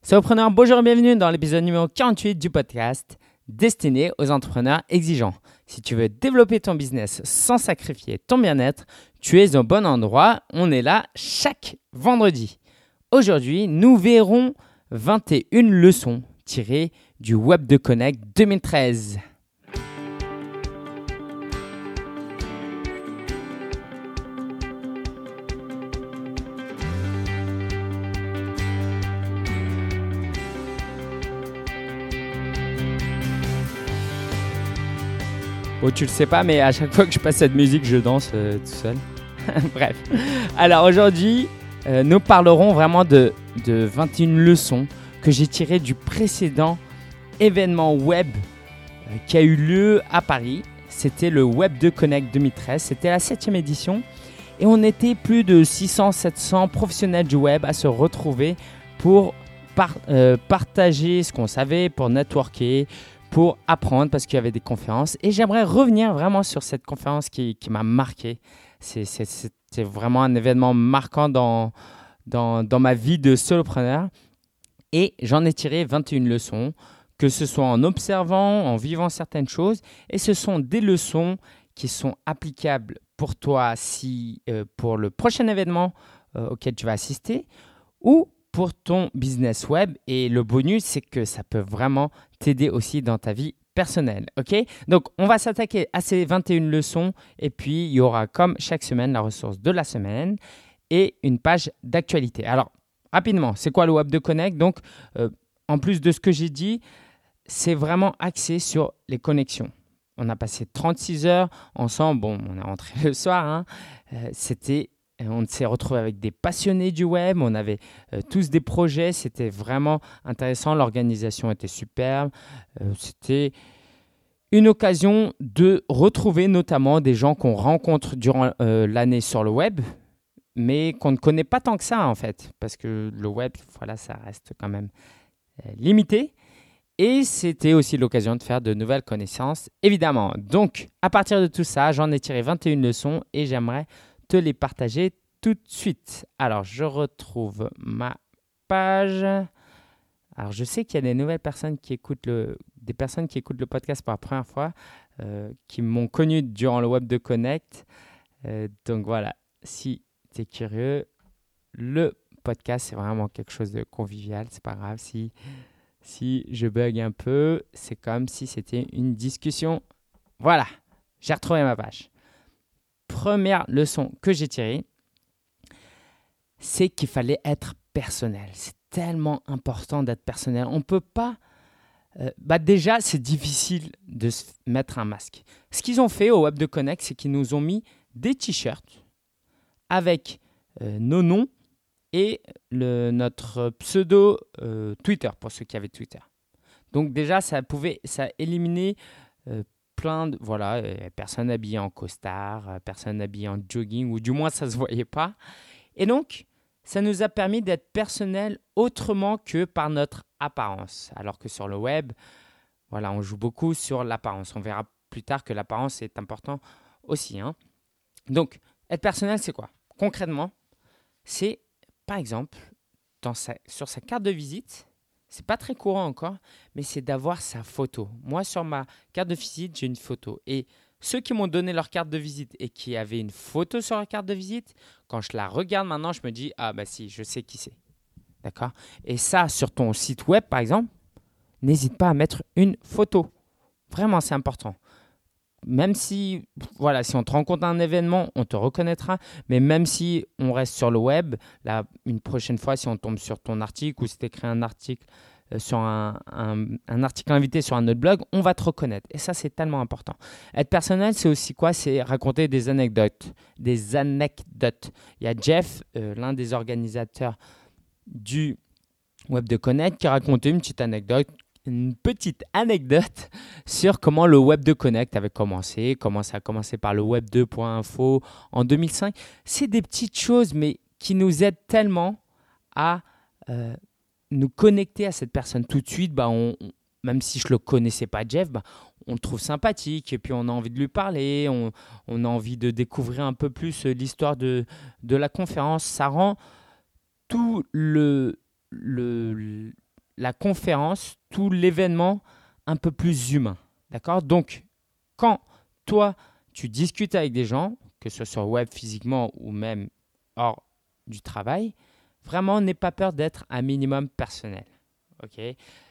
Solopreneur, bonjour et bienvenue dans l'épisode numéro 48 du podcast destiné aux entrepreneurs exigeants. Si tu veux développer ton business sans sacrifier ton bien-être, tu es au bon endroit. On est là chaque vendredi. Aujourd'hui, nous verrons 21 leçons tirées du Web de Connect 2013. Bon, tu le sais pas, mais à chaque fois que je passe cette musique, je danse tout seul. Bref. Alors aujourd'hui, nous parlerons vraiment de 21 leçons que j'ai tirées du précédent événement web qui a eu lieu à Paris. C'était le Web de Connect 2013. C'était la 7e édition. Et on était plus de 600-700 professionnels du web à se retrouver pour partager ce qu'on savait, pour networker, pour apprendre parce qu'il y avait des conférences. Et j'aimerais revenir vraiment sur cette conférence qui m'a marqué. C'était vraiment un événement marquant dans ma vie de solopreneur. Et j'en ai tiré 21 leçons, que ce soit en observant, en vivant certaines choses. Et ce sont des leçons qui sont applicables pour toi pour le prochain événement auquel tu vas assister ou pour ton business web. Et le bonus, c'est que ça peut vraiment t'aider aussi dans ta vie personnelle. Ok ? Donc, on va s'attaquer à ces 21 leçons et puis il y aura comme chaque semaine la ressource de la semaine et une page d'actualité. Alors, rapidement, c'est quoi le Web de Connect ? Donc, en plus de ce que j'ai dit, c'est vraiment axé sur les connexions. On a passé 36 heures ensemble. Bon, on est rentré le soir. Hein. On s'est retrouvés avec des passionnés du web. On avait tous des projets. C'était vraiment intéressant. L'organisation était superbe. C'était une occasion de retrouver notamment des gens qu'on rencontre durant l'année sur le web, mais qu'on ne connaît pas tant que ça en fait. Parce que le web, voilà, ça reste quand même limité. Et c'était aussi l'occasion de faire de nouvelles connaissances, évidemment. Donc, à partir de tout ça, j'en ai tiré 21 leçons et j'aimerais te les partager tout de suite. Alors, je retrouve ma page. Alors, je sais qu'il y a des nouvelles personnes qui écoutent des personnes qui écoutent le podcast pour la première fois, qui m'ont connu durant le Web de Connect. Donc, voilà, si tu es curieux, le podcast, c'est vraiment quelque chose de convivial. C'est pas grave si je bug un peu, c'est comme si c'était une discussion. Voilà, j'ai retrouvé ma page. Première leçon que j'ai tirée, c'est qu'il fallait être personnel. C'est tellement important d'être personnel. On ne peut pas... déjà, c'est difficile de se mettre un masque. Ce qu'ils ont fait au Web de Connect, c'est qu'ils nous ont mis des t-shirts avec nos noms et notre pseudo Twitter, pour ceux qui avaient Twitter. Donc déjà, ça éliminait plein de... Voilà, personne habillée en costard, personne habillée en jogging, ou du moins, ça ne se voyait pas. Et donc, ça nous a permis d'être personnel autrement que par notre apparence. Alors que sur le web, voilà, on joue beaucoup sur l'apparence. On verra plus tard que l'apparence est important aussi. Hein. Donc, être personnel, c'est quoi ? Concrètement, c'est... Par exemple, sur sa carte de visite, c'est pas très courant encore, mais c'est d'avoir sa photo. Moi, sur ma carte de visite, j'ai une photo. Et ceux qui m'ont donné leur carte de visite et qui avaient une photo sur leur carte de visite, quand je la regarde maintenant, je me dis « Ah bah si, je sais qui c'est. » D'accord ? Et ça, sur ton site web, par exemple, n'hésite pas à mettre une photo. Vraiment, c'est important. Même si on te rencontre à un événement, on te reconnaîtra. Mais même si on reste sur le web, là, une prochaine fois, si on tombe sur ton article ou si tu écris un article sur un article invité sur un autre blog, on va te reconnaître. Et ça, c'est tellement important. Être personnel, c'est aussi quoi ? C'est raconter des anecdotes. Des anecdotes. Il y a Jeff, l'un des organisateurs du Web de Connect, qui a raconté une petite anecdote sur comment le Web de Connect avait commencé, comment ça a commencé par le Web 2.info en 2005. C'est des petites choses, mais qui nous aident tellement à nous connecter à cette personne tout de suite. Même si je ne le connaissais pas, Jeff, on le trouve sympathique et puis on a envie de lui parler, on a envie de découvrir un peu plus l'histoire de la conférence. Ça rend tout la conférence, tout l'événement un peu plus humain. D'accord ? Donc, quand toi, tu discutes avec des gens, que ce soit web physiquement ou même hors du travail, vraiment, n'aie pas peur d'être un minimum personnel. Ok ?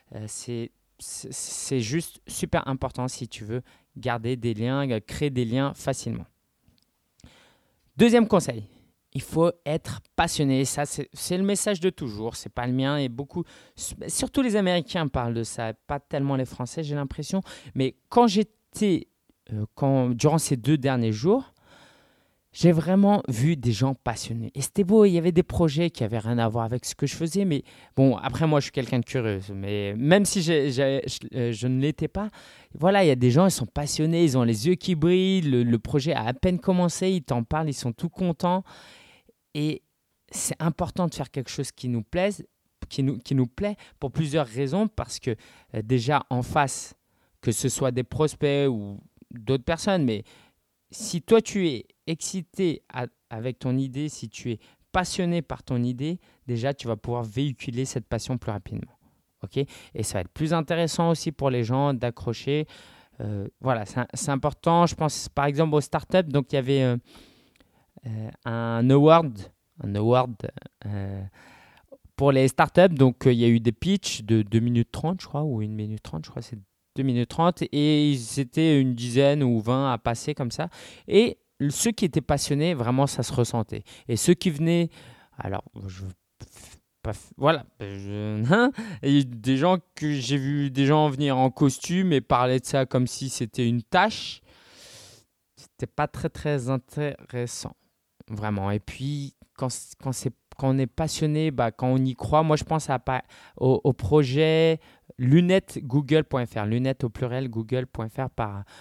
C'est juste super important si tu veux garder des liens, créer des liens facilement. Deuxième conseil, il faut être passionné. Ça, c'est le message de toujours. C'est pas le mien et surtout les Américains parlent de ça, pas tellement les Français, j'ai l'impression. Mais durant ces 2 derniers jours, j'ai vraiment vu des gens passionnés. Et c'était beau, il y avait des projets qui n'avaient rien à voir avec ce que je faisais. Mais bon, après, moi, je suis quelqu'un de curieux. Mais même si je ne l'étais pas, voilà, il y a des gens, ils sont passionnés, ils ont les yeux qui brillent. Le projet a à peine commencé, ils t'en parlent, ils sont tout contents. Et c'est important de faire quelque chose qui nous plaise, qui nous plaît pour plusieurs raisons. Parce que déjà, en face, que ce soit des prospects ou d'autres personnes, mais si toi, tu es excité avec ton idée, si tu es passionné par ton idée, déjà, tu vas pouvoir véhiculer cette passion plus rapidement. Okay ? Et ça va être plus intéressant aussi pour les gens d'accrocher. Voilà, c'est important. Je pense par exemple aux startups. Donc, il y avait un award pour les startups. Donc, il y a eu des pitchs de 2 minutes 30, je crois, ou 1 minute 30, je crois, c'est 2 minutes 30. Et ils étaient une dizaine ou 20 à passer comme ça. Et ceux qui étaient passionnés, vraiment, ça se ressentait. Et ceux qui venaient, alors, voilà, et des gens que j'ai vu des gens venir en costume et parler de ça comme si c'était une tâche. C'était pas très très intéressant, vraiment. Et puis quand on est passionné, quand on y croit, moi je pense au projet lunettesgoogle.fr, lunettes au pluriel google.fr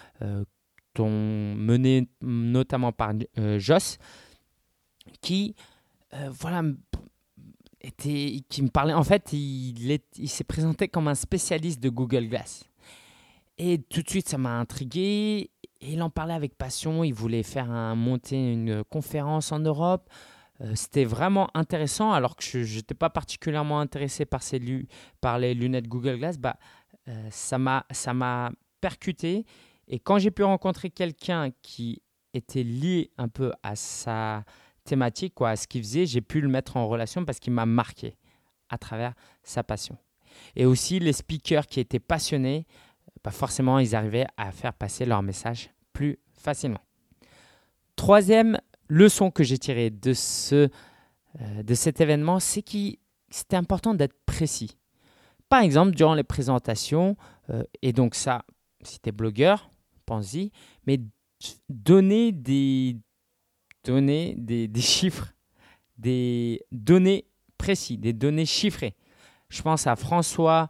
mené notamment par Joss, qui voilà. Qui me parlait, en fait, il s'est présenté comme un spécialiste de Google Glass. Et tout de suite, ça m'a intrigué. Et il en parlait avec passion. Il voulait monter une conférence en Europe. C'était vraiment intéressant, alors que je n'étais pas particulièrement intéressé par les lunettes Google Glass. Ça m'a percuté. Et quand j'ai pu rencontrer quelqu'un qui était lié un peu à sa thématique, à ce qu'il faisait, j'ai pu le mettre en relation parce qu'il m'a marqué à travers sa passion. Et aussi, les speakers qui étaient passionnés, forcément, ils arrivaient à faire passer leur message plus facilement. Troisième leçon que j'ai tirée de cet événement, c'est que c'était important d'être précis. Par exemple, durant les présentations, et donc ça, si tu es blogueur, pense-y, mais donner des chiffres, des données précis, des données chiffrées. Je pense à François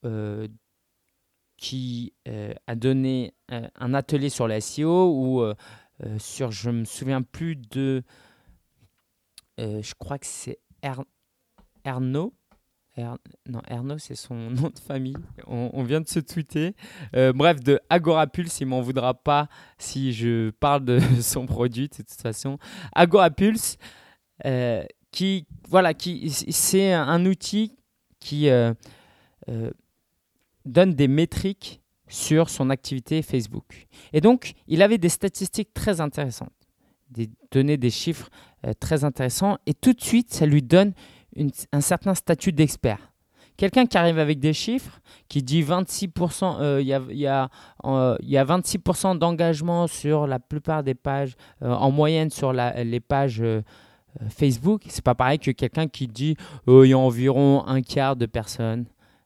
qui a donné un atelier sur le SEO ou je ne me souviens plus je crois que c'est Ernaud. Ernaud, c'est son nom de famille. On vient de se tweeter. Bref, de Agorapulse, il ne m'en voudra pas si je parle de son produit, de toute façon. Agorapulse, c'est un outil qui donne des métriques sur son activité Facebook. Et donc, il avait des statistiques très intéressantes, des chiffres très intéressants. Et tout de suite, ça lui donne un certain statut d'expert. Quelqu'un qui arrive avec des chiffres, qui dit 26%, il y a 26% d'engagement sur la plupart des pages, en moyenne sur les pages Facebook. C'est pas pareil que quelqu'un qui dit il y a environ un quart de personnes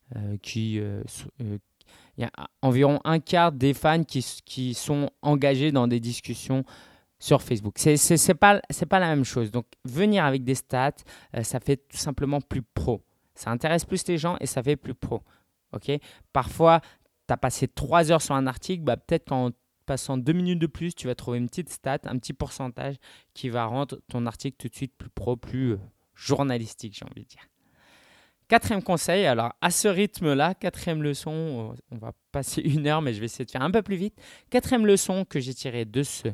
il y a environ un quart des fans qui sont engagés dans des discussions sur Facebook. C'est pas la même chose. Donc, venir avec des stats, ça fait tout simplement plus pro. Ça intéresse plus les gens et ça fait plus pro. Okay ? Parfois, tu as passé 3 heures sur un article, peut-être qu'en passant 2 minutes de plus, tu vas trouver une petite stat, un petit pourcentage qui va rendre ton article tout de suite plus pro, plus journalistique, j'ai envie de dire. 4e conseil, alors à ce rythme-là, 4e leçon, on va passer 1 heure, mais je vais essayer de faire un peu plus vite. 4e leçon que j'ai tirée de ce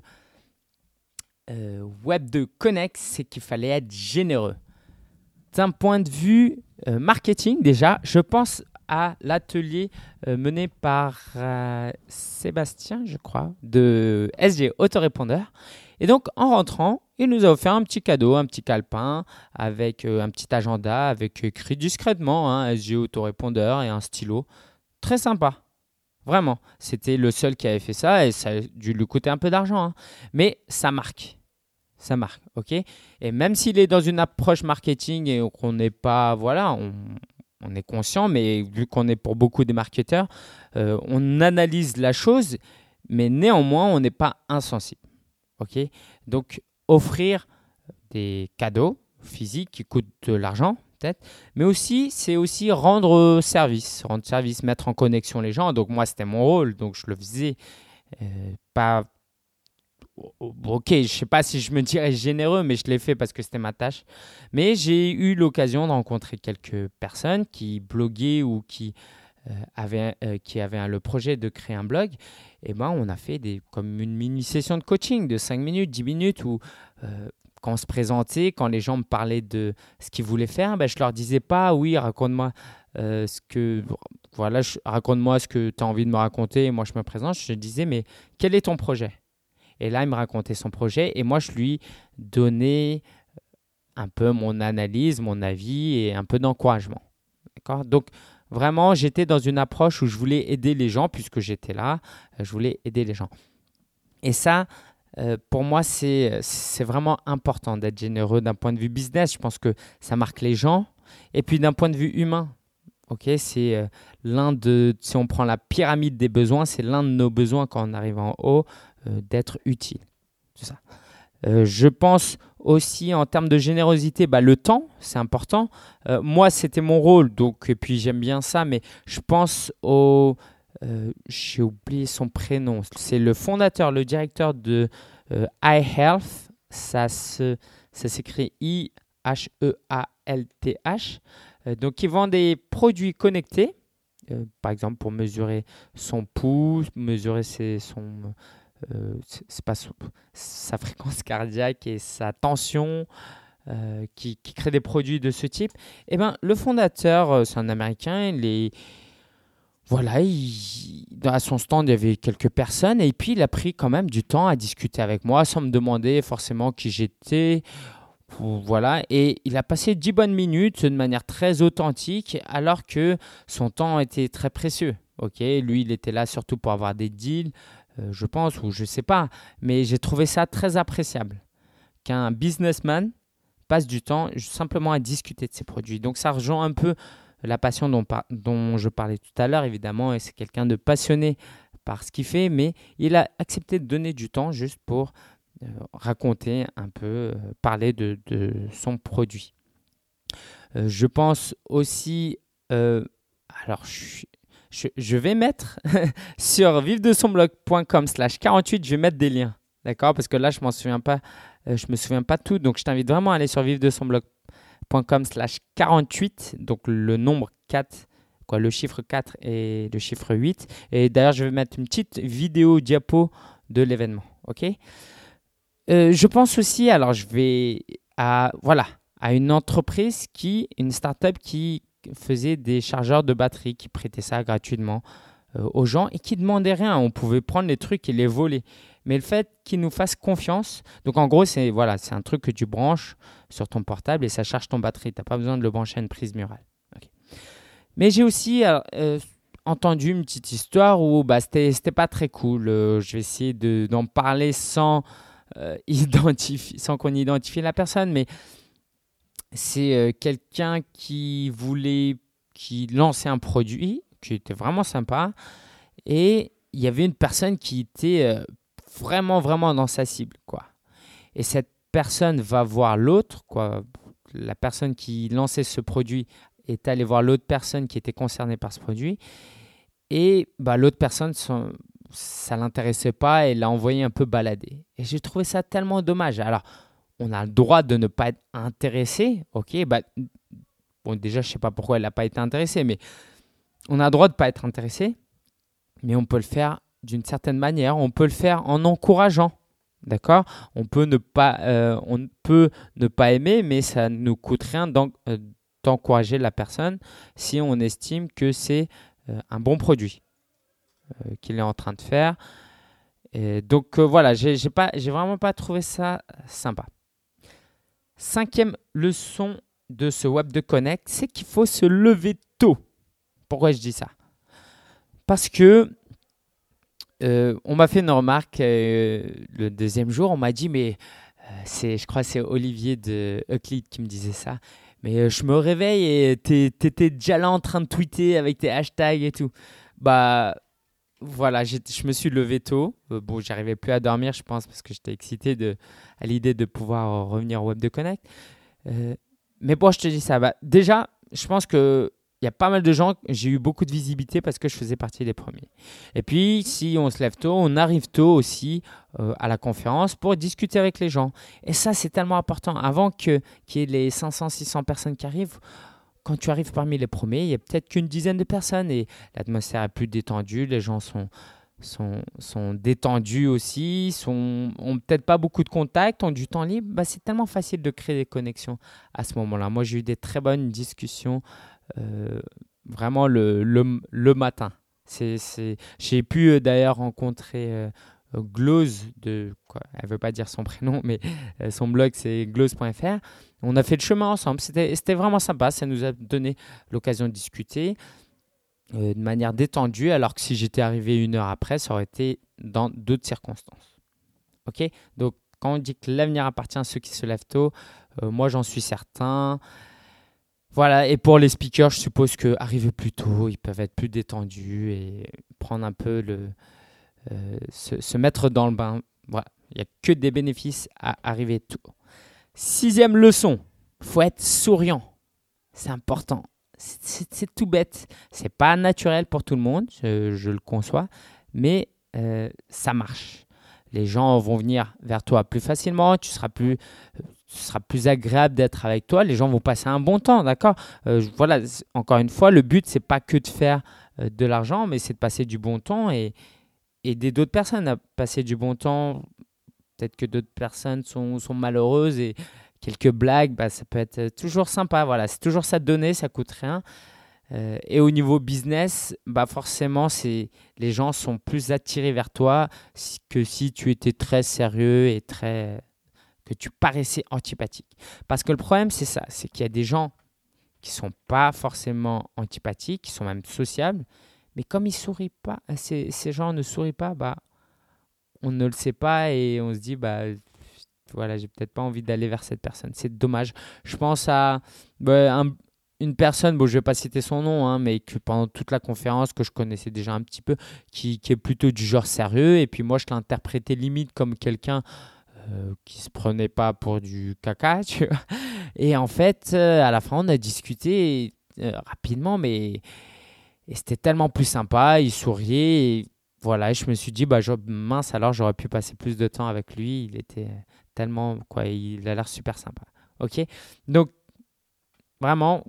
Web 2 Connect, c'est qu'il fallait être généreux. D'un point de vue marketing, déjà, je pense à l'atelier mené par Sébastien, je crois, de SG Autorépondeur. Et donc, en rentrant, il nous a offert un petit cadeau, un petit calepin avec un petit agenda, avec écrit discrètement SG Autorépondeur et un stylo. Très sympa, vraiment. C'était le seul qui avait fait ça et ça a dû lui coûter un peu d'argent. Mais ça marque. Ça marque, ok. Et même s'il est dans une approche marketing et qu'on n'est pas, voilà, on est conscient, mais vu qu'on est pour beaucoup des marketeurs, on analyse la chose, mais néanmoins, on n'est pas insensible, ok. Donc, offrir des cadeaux physiques qui coûtent de l'argent, peut-être, mais aussi, c'est aussi rendre service, mettre en connexion les gens. Donc, moi, c'était mon rôle, donc je le faisais pas. Ok, je ne sais pas si je me dirais généreux, mais je l'ai fait parce que c'était ma tâche. Mais j'ai eu l'occasion de rencontrer quelques personnes qui bloguaient ou qui avaient le projet de créer un blog. Et ben, on a fait comme une mini-session de coaching de 5 minutes, 10 minutes où quand on se présentait, quand les gens me parlaient de ce qu'ils voulaient faire, ben, je ne leur disais pas « oui, raconte-moi raconte-moi ce que tu as envie de me raconter. » Et moi, je me présente, je disais « mais quel est ton projet ?» Et là, il me racontait son projet et moi, je lui donnais un peu mon analyse, mon avis et un peu d'encouragement. D'accord ? Donc, vraiment, j'étais dans une approche où je voulais aider les gens puisque j'étais là. Je voulais aider les gens. Et ça, pour moi, c'est vraiment important d'être généreux d'un point de vue business. Je pense que ça marque les gens. Et puis, d'un point de vue humain, okay, c'est si on prend la pyramide des besoins, c'est l'un de nos besoins quand on arrive en haut, d'être utile. C'est ça. Je pense aussi en termes de générosité, le temps, c'est important. Moi, c'était mon rôle, et puis j'aime bien ça, mais je pense j'ai oublié son prénom. C'est le fondateur, le directeur de iHealth. Ça s'écrit IHEALTH. Donc, ils vendent des produits connectés, par exemple pour mesurer son pouls, mesurer sa fréquence cardiaque et sa tension, qui crée des produits de ce type. Et ben, le fondateur, c'est un Américain, à son stand, il y avait quelques personnes et puis il a pris quand même du temps à discuter avec moi sans me demander forcément qui j'étais. Voilà, et il a passé 10 bonnes minutes de manière très authentique alors que son temps était très précieux. Ok, lui, il était là surtout pour avoir des deals, je pense, ou je ne sais pas, mais j'ai trouvé ça très appréciable qu'un businessman passe du temps simplement à discuter de ses produits. Donc, ça rejoint un peu la passion dont je parlais tout à l'heure, évidemment, et c'est quelqu'un de passionné par ce qu'il fait, mais il a accepté de donner du temps juste pour raconter un peu, parler de son produit. Je pense aussi, alors je vais mettre sur vivredesonblog.com/48, je vais mettre des liens, d'accord ? Parce que là, je me souviens pas de tout, donc je t'invite vraiment à aller sur vivredesonblog.com/48, donc le nombre 4, le chiffre 4 et le chiffre 8. Et d'ailleurs, je vais mettre une petite vidéo diapo de l'événement, ok ? Je pense aussi, alors je vais à une entreprise une start-up qui faisait des chargeurs de batterie, qui prêtait ça gratuitement aux gens et qui ne demandait rien. On pouvait prendre les trucs et les voler. Mais le fait qu'ils nous fassent confiance, donc en gros, c'est un truc que tu branches sur ton portable et ça charge ton batterie. Tu n'as pas besoin de le brancher à une prise murale. Okay. Mais j'ai aussi entendu une petite histoire où c'était pas très cool. Je vais essayer d'en parler sans qu'on identifie la personne, mais c'est quelqu'un qui lançait un produit qui était vraiment sympa et il y avait une personne qui était vraiment, vraiment dans sa cible, quoi. Et cette personne va voir l'autre, quoi. La personne qui lançait ce produit est allée voir l'autre personne qui était concernée par ce produit et l'autre personne ça ne l'intéressait pas et l'a envoyé un peu balader. Et j'ai trouvé ça tellement dommage. Alors, on a le droit de ne pas être intéressé. Ok, déjà, je ne sais pas pourquoi elle n'a pas été intéressée, mais on a le droit de ne pas être intéressé, mais on peut le faire d'une certaine manière. On peut le faire en encourageant. D'accord ? On peut ne pas aimer, mais ça ne nous coûte rien d'encourager la personne si on estime que c'est un bon produit qu'il est en train de faire. Et donc voilà, j'ai vraiment pas trouvé ça sympa. 5e leçon de ce Web de Connect, c'est qu'il faut se lever tôt. Pourquoi je dis ça? Parce que on m'a fait une remarque le deuxième jour, on m'a dit mais je crois que c'est Olivier de Euclid qui me disait ça. Mais je me réveille et t'étais déjà là en train de tweeter avec tes hashtags et tout. Bah voilà, je me suis levé tôt. Bon, j'arrivais plus à dormir, je pense, parce que j'étais excité à l'idée de pouvoir revenir au Web de Connect. Mais bon, je te dis ça. Bah, déjà, je pense que il y a pas mal de gens, j'ai eu beaucoup de visibilité parce que je faisais partie des premiers. Et puis, si on se lève tôt, on arrive tôt aussi à la conférence pour discuter avec les gens. Et ça, c'est tellement important. Avant qu'il y ait les 500, 600 personnes qui arrivent, quand tu arrives parmi les premiers, il n'y a peut-être qu'une dizaine de personnes et l'atmosphère est plus détendue, les gens sont détendus aussi, ont peut-être pas beaucoup de contacts, ont du temps libre. Bah, c'est tellement facile de créer des connexions à ce moment-là. Moi, j'ai eu des très bonnes discussions vraiment le matin. J'ai pu d'ailleurs rencontrer Glose, elle ne veut pas dire son prénom, mais son blog c'est glose.fr. On a fait le chemin ensemble, c'était vraiment sympa, ça nous a donné l'occasion de discuter de manière détendue, alors que si j'étais arrivé 1 heure après, ça aurait été dans d'autres circonstances. Ok, donc quand on dit que l'avenir appartient à ceux qui se lèvent tôt, moi j'en suis certain. Voilà, et pour les speakers, je suppose qu'arriver plus tôt, ils peuvent être plus détendus et prendre un peu se mettre dans le bain. Voilà, il n'y a que des bénéfices à arriver tôt. 6e leçon, il faut être souriant. C'est important. C'est tout bête. C'est pas naturel pour tout le monde, je le conçois, mais ça marche. Les gens vont venir vers toi plus facilement, ce sera plus agréable d'être avec toi, les gens vont passer un bon temps, d'accord? Voilà, encore une fois, le but, c'est pas que de faire de l'argent, mais c'est de passer du bon temps et aider d'autres personnes à passer du bon temps. Peut-être que d'autres personnes sont malheureuses et quelques blagues, bah, ça peut être toujours sympa. Voilà, c'est toujours ça de donner, ça coûte rien. Et au niveau business, bah forcément, les gens sont plus attirés vers toi que si tu étais très sérieux et que tu paraissais antipathique. Parce que le problème, c'est ça, c'est qu'il y a des gens qui ne sont pas forcément antipathiques, qui sont même sociables, mais comme ils sourient pas, ces gens ne sourient pas, bah, on ne le sait pas et on se dit, bah, voilà, j'ai peut-être pas envie d'aller vers cette personne. C'est dommage. Je pense à une personne, bon, je vais pas citer son nom, hein, mais que pendant toute la conférence, que je connaissais déjà un petit peu, qui est plutôt du genre sérieux. Et puis moi, je l'interprétais limite comme quelqu'un qui se prenait pas pour du caca, tu vois. Et en fait, à la fin, on a discuté rapidement, mais et c'était tellement plus sympa. Il souriait. Et voilà, je me suis dit, bah, mince, alors j'aurais pu passer plus de temps avec lui. Il était tellement, il a l'air super sympa. Ok, donc vraiment,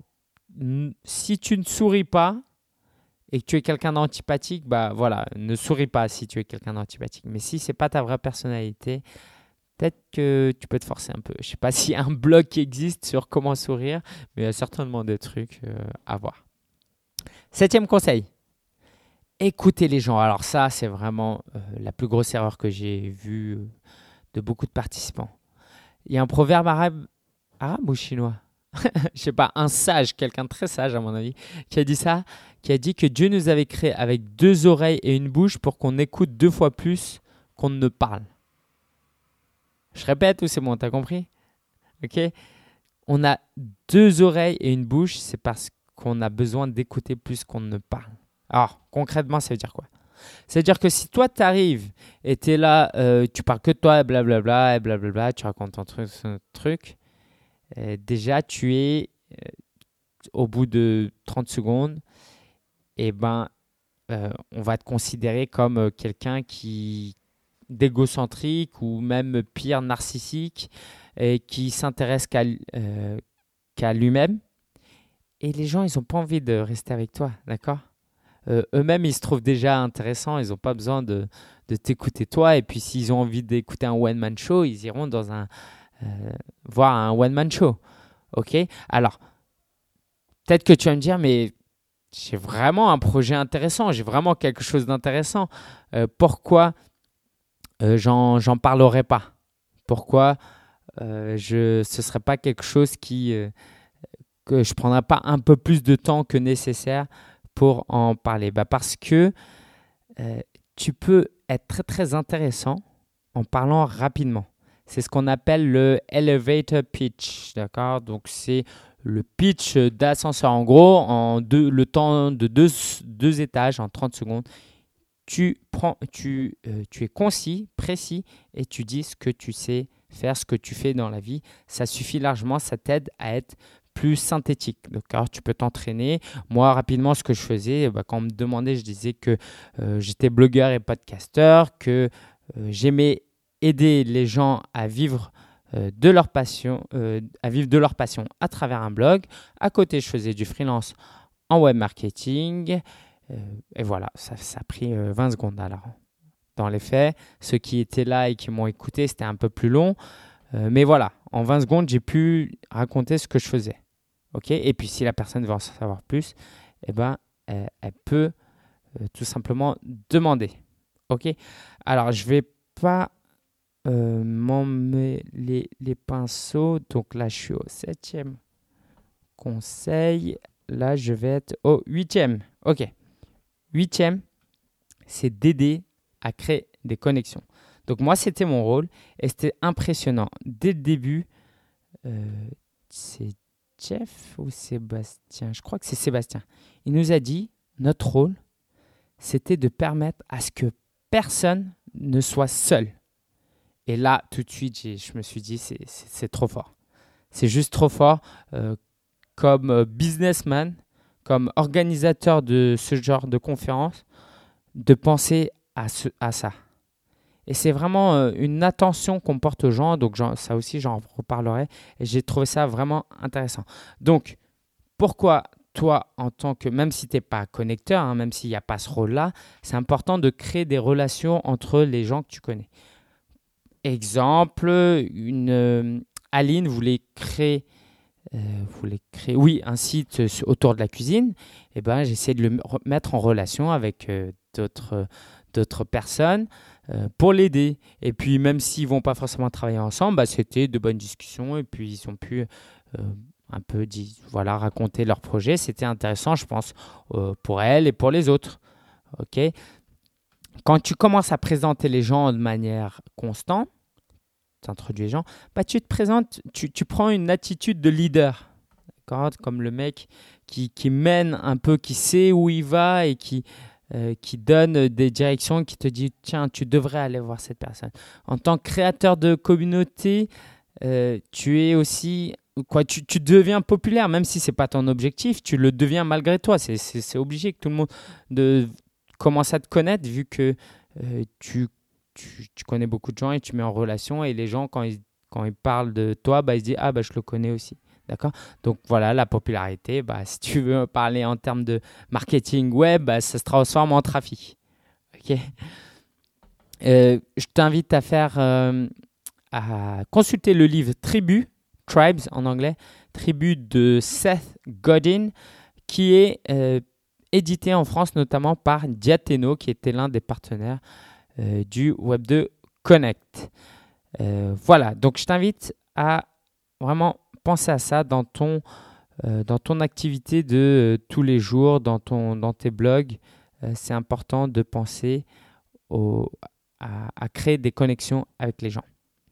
si tu ne souris pas et que tu es quelqu'un d'antipathique, bah voilà, ne souris pas si tu es quelqu'un d'antipathique. Mais si c'est pas ta vraie personnalité, peut-être que tu peux te forcer un peu. Je sais pas s'il y a un blog qui existe sur comment sourire, mais il y a certainement des trucs à voir. 7e conseil, écouter les gens. Alors ça, c'est vraiment la plus grosse erreur que j'ai vue de beaucoup de participants. Il y a un proverbe arabe ou chinois, je sais pas, un sage, quelqu'un de très sage à mon avis, qui a dit ça, qui a dit que Dieu nous avait créés avec 2 oreilles et une bouche pour qu'on écoute 2 fois plus qu'on ne parle. Je répète ou c'est bon, t'as compris? Ok? On a 2 oreilles et une bouche, c'est parce qu'on a besoin d'écouter plus qu'on ne parle. Alors, concrètement, ça veut dire quoi? Ça veut dire que si toi, tu arrives et tu es là, tu parles que de toi, et blablabla, et blablabla, tu racontes ton truc, déjà, tu es, au bout de 30 secondes, et on va te considérer comme quelqu'un d'égocentrique ou même pire, narcissique, et qui s'intéresse qu'à lui-même. Et les gens, ils n'ont pas envie de rester avec toi, d'accord? Eux-mêmes, ils se trouvent déjà intéressants, ils n'ont pas besoin de t'écouter toi. Et puis, s'ils ont envie d'écouter un one-man show, ils iront voir un one-man show. Ok? Alors, peut-être que tu vas me dire, mais j'ai vraiment un projet intéressant, j'ai vraiment quelque chose d'intéressant. Pourquoi j'en parlerai pas? Pourquoi ce serait pas quelque chose que je prendrais pas un peu plus de temps que nécessaire pour en parler? Parce que tu peux être très très intéressant en parlant rapidement. C'est ce qu'on appelle le elevator pitch, d'accord? Donc c'est le pitch d'ascenseur. En gros, le temps de deux étages en 30 secondes, tu es concis, précis et tu dis ce que tu sais faire, ce que tu fais dans la vie. Ça suffit largement, ça t'aide à être plus synthétique. D'accord? Tu peux t'entraîner. Moi, rapidement, ce que je faisais, quand on me demandait, je disais que j'étais blogueur et podcasteur, que j'aimais aider les gens à vivre de leur passion, à travers un blog. À côté, je faisais du freelance en web marketing. Et voilà, ça a pris 20 secondes. Alors, dans les faits, ceux qui étaient là et qui m'ont écouté, c'était un peu plus long. Mais voilà, en 20 secondes, j'ai pu raconter ce que je faisais. Okay, et puis, si la personne veut en savoir plus, eh ben, elle peut tout simplement demander. Okay, alors, je ne vais pas m'emmêler les pinceaux. Donc là, je suis au 7e conseil. Là, je vais être au 8e. OK. 8e, c'est d'aider à créer des connexions. Donc moi, c'était mon rôle et c'était impressionnant. Dès le début, c'est Jeff ou Sébastien? Je crois que c'est Sébastien. Il nous a dit, notre rôle, c'était de permettre à ce que personne ne soit seul. Et là, tout de suite, je me suis dit, c'est trop fort. C'est juste trop fort. Comme businessman, comme organisateur de ce genre de conférence, de penser à ça. Et c'est vraiment une attention qu'on porte aux gens. Donc ça aussi, j'en reparlerai. Et j'ai trouvé ça vraiment intéressant. Donc, pourquoi toi, en tant que, même si tu n'es pas connecteur, hein, même s'il n'y a pas ce rôle-là, c'est important de créer des relations entre les gens que tu connais. Exemple, Aline voulait créer un site autour de la cuisine. Et ben, j'essaie de le mettre en relation avec d'autres personnes pour l'aider. Et puis, même s'ils ne vont pas forcément travailler ensemble, c'était de bonnes discussions. Et puis, ils ont pu un peu raconter leur projet. C'était intéressant, je pense, pour elle et pour les autres. Okay. Quand tu commences à présenter les gens de manière constante, tu introduis les gens, tu te présentes, tu prends une attitude de leader, d'accord, comme le mec qui mène un peu, qui sait où il va et qui donne des directions, qui te dit tiens, tu devrais aller voir cette personne. En tant que créateur de communauté, tu es aussi tu deviens populaire, même si c'est pas ton objectif, tu le deviens malgré toi. C'est obligé que tout le monde commence à te connaître vu que tu connais beaucoup de gens et tu mets en relation, et les gens quand ils parlent de toi, ils se disent je le connais aussi. D'accord? Donc voilà, la popularité, si tu veux parler en termes de marketing web, ça se transforme en trafic. Okay? Je t'invite à consulter le livre Tribes en anglais, Tribu de Seth Godin, qui est édité en France notamment par Diateno, qui était l'un des partenaires du Web2 Connect. Voilà, donc je t'invite à vraiment penser à ça dans ton activité de tous les jours, dans tes blogs. C'est important de penser à créer des connexions avec les gens.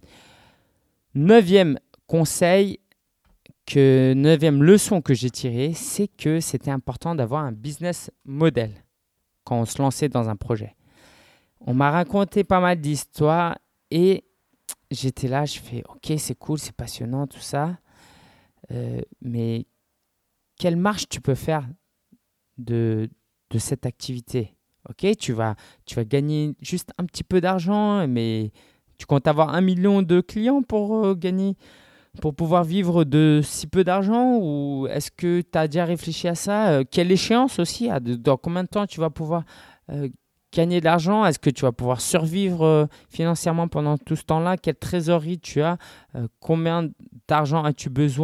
9e conseil, 9e leçon que j'ai tirée, c'est que c'était important d'avoir un business model quand on se lançait dans un projet. On m'a raconté pas mal d'histoires et j'étais là, je fais ok, c'est cool, c'est passionnant tout ça, mais quelle marge tu peux faire de cette activité? Ok, tu vas gagner juste un petit peu d'argent, mais tu comptes avoir 1 million de clients pour pouvoir vivre de si peu d'argent, ou est-ce que tu as déjà réfléchi à ça? Quelle échéance aussi? Dans combien de temps tu vas pouvoir gagner de l'argent? Est-ce que tu vas pouvoir survivre financièrement pendant tout ce temps-là? Quelle trésorerie tu as? Combien d'argent as-tu besoin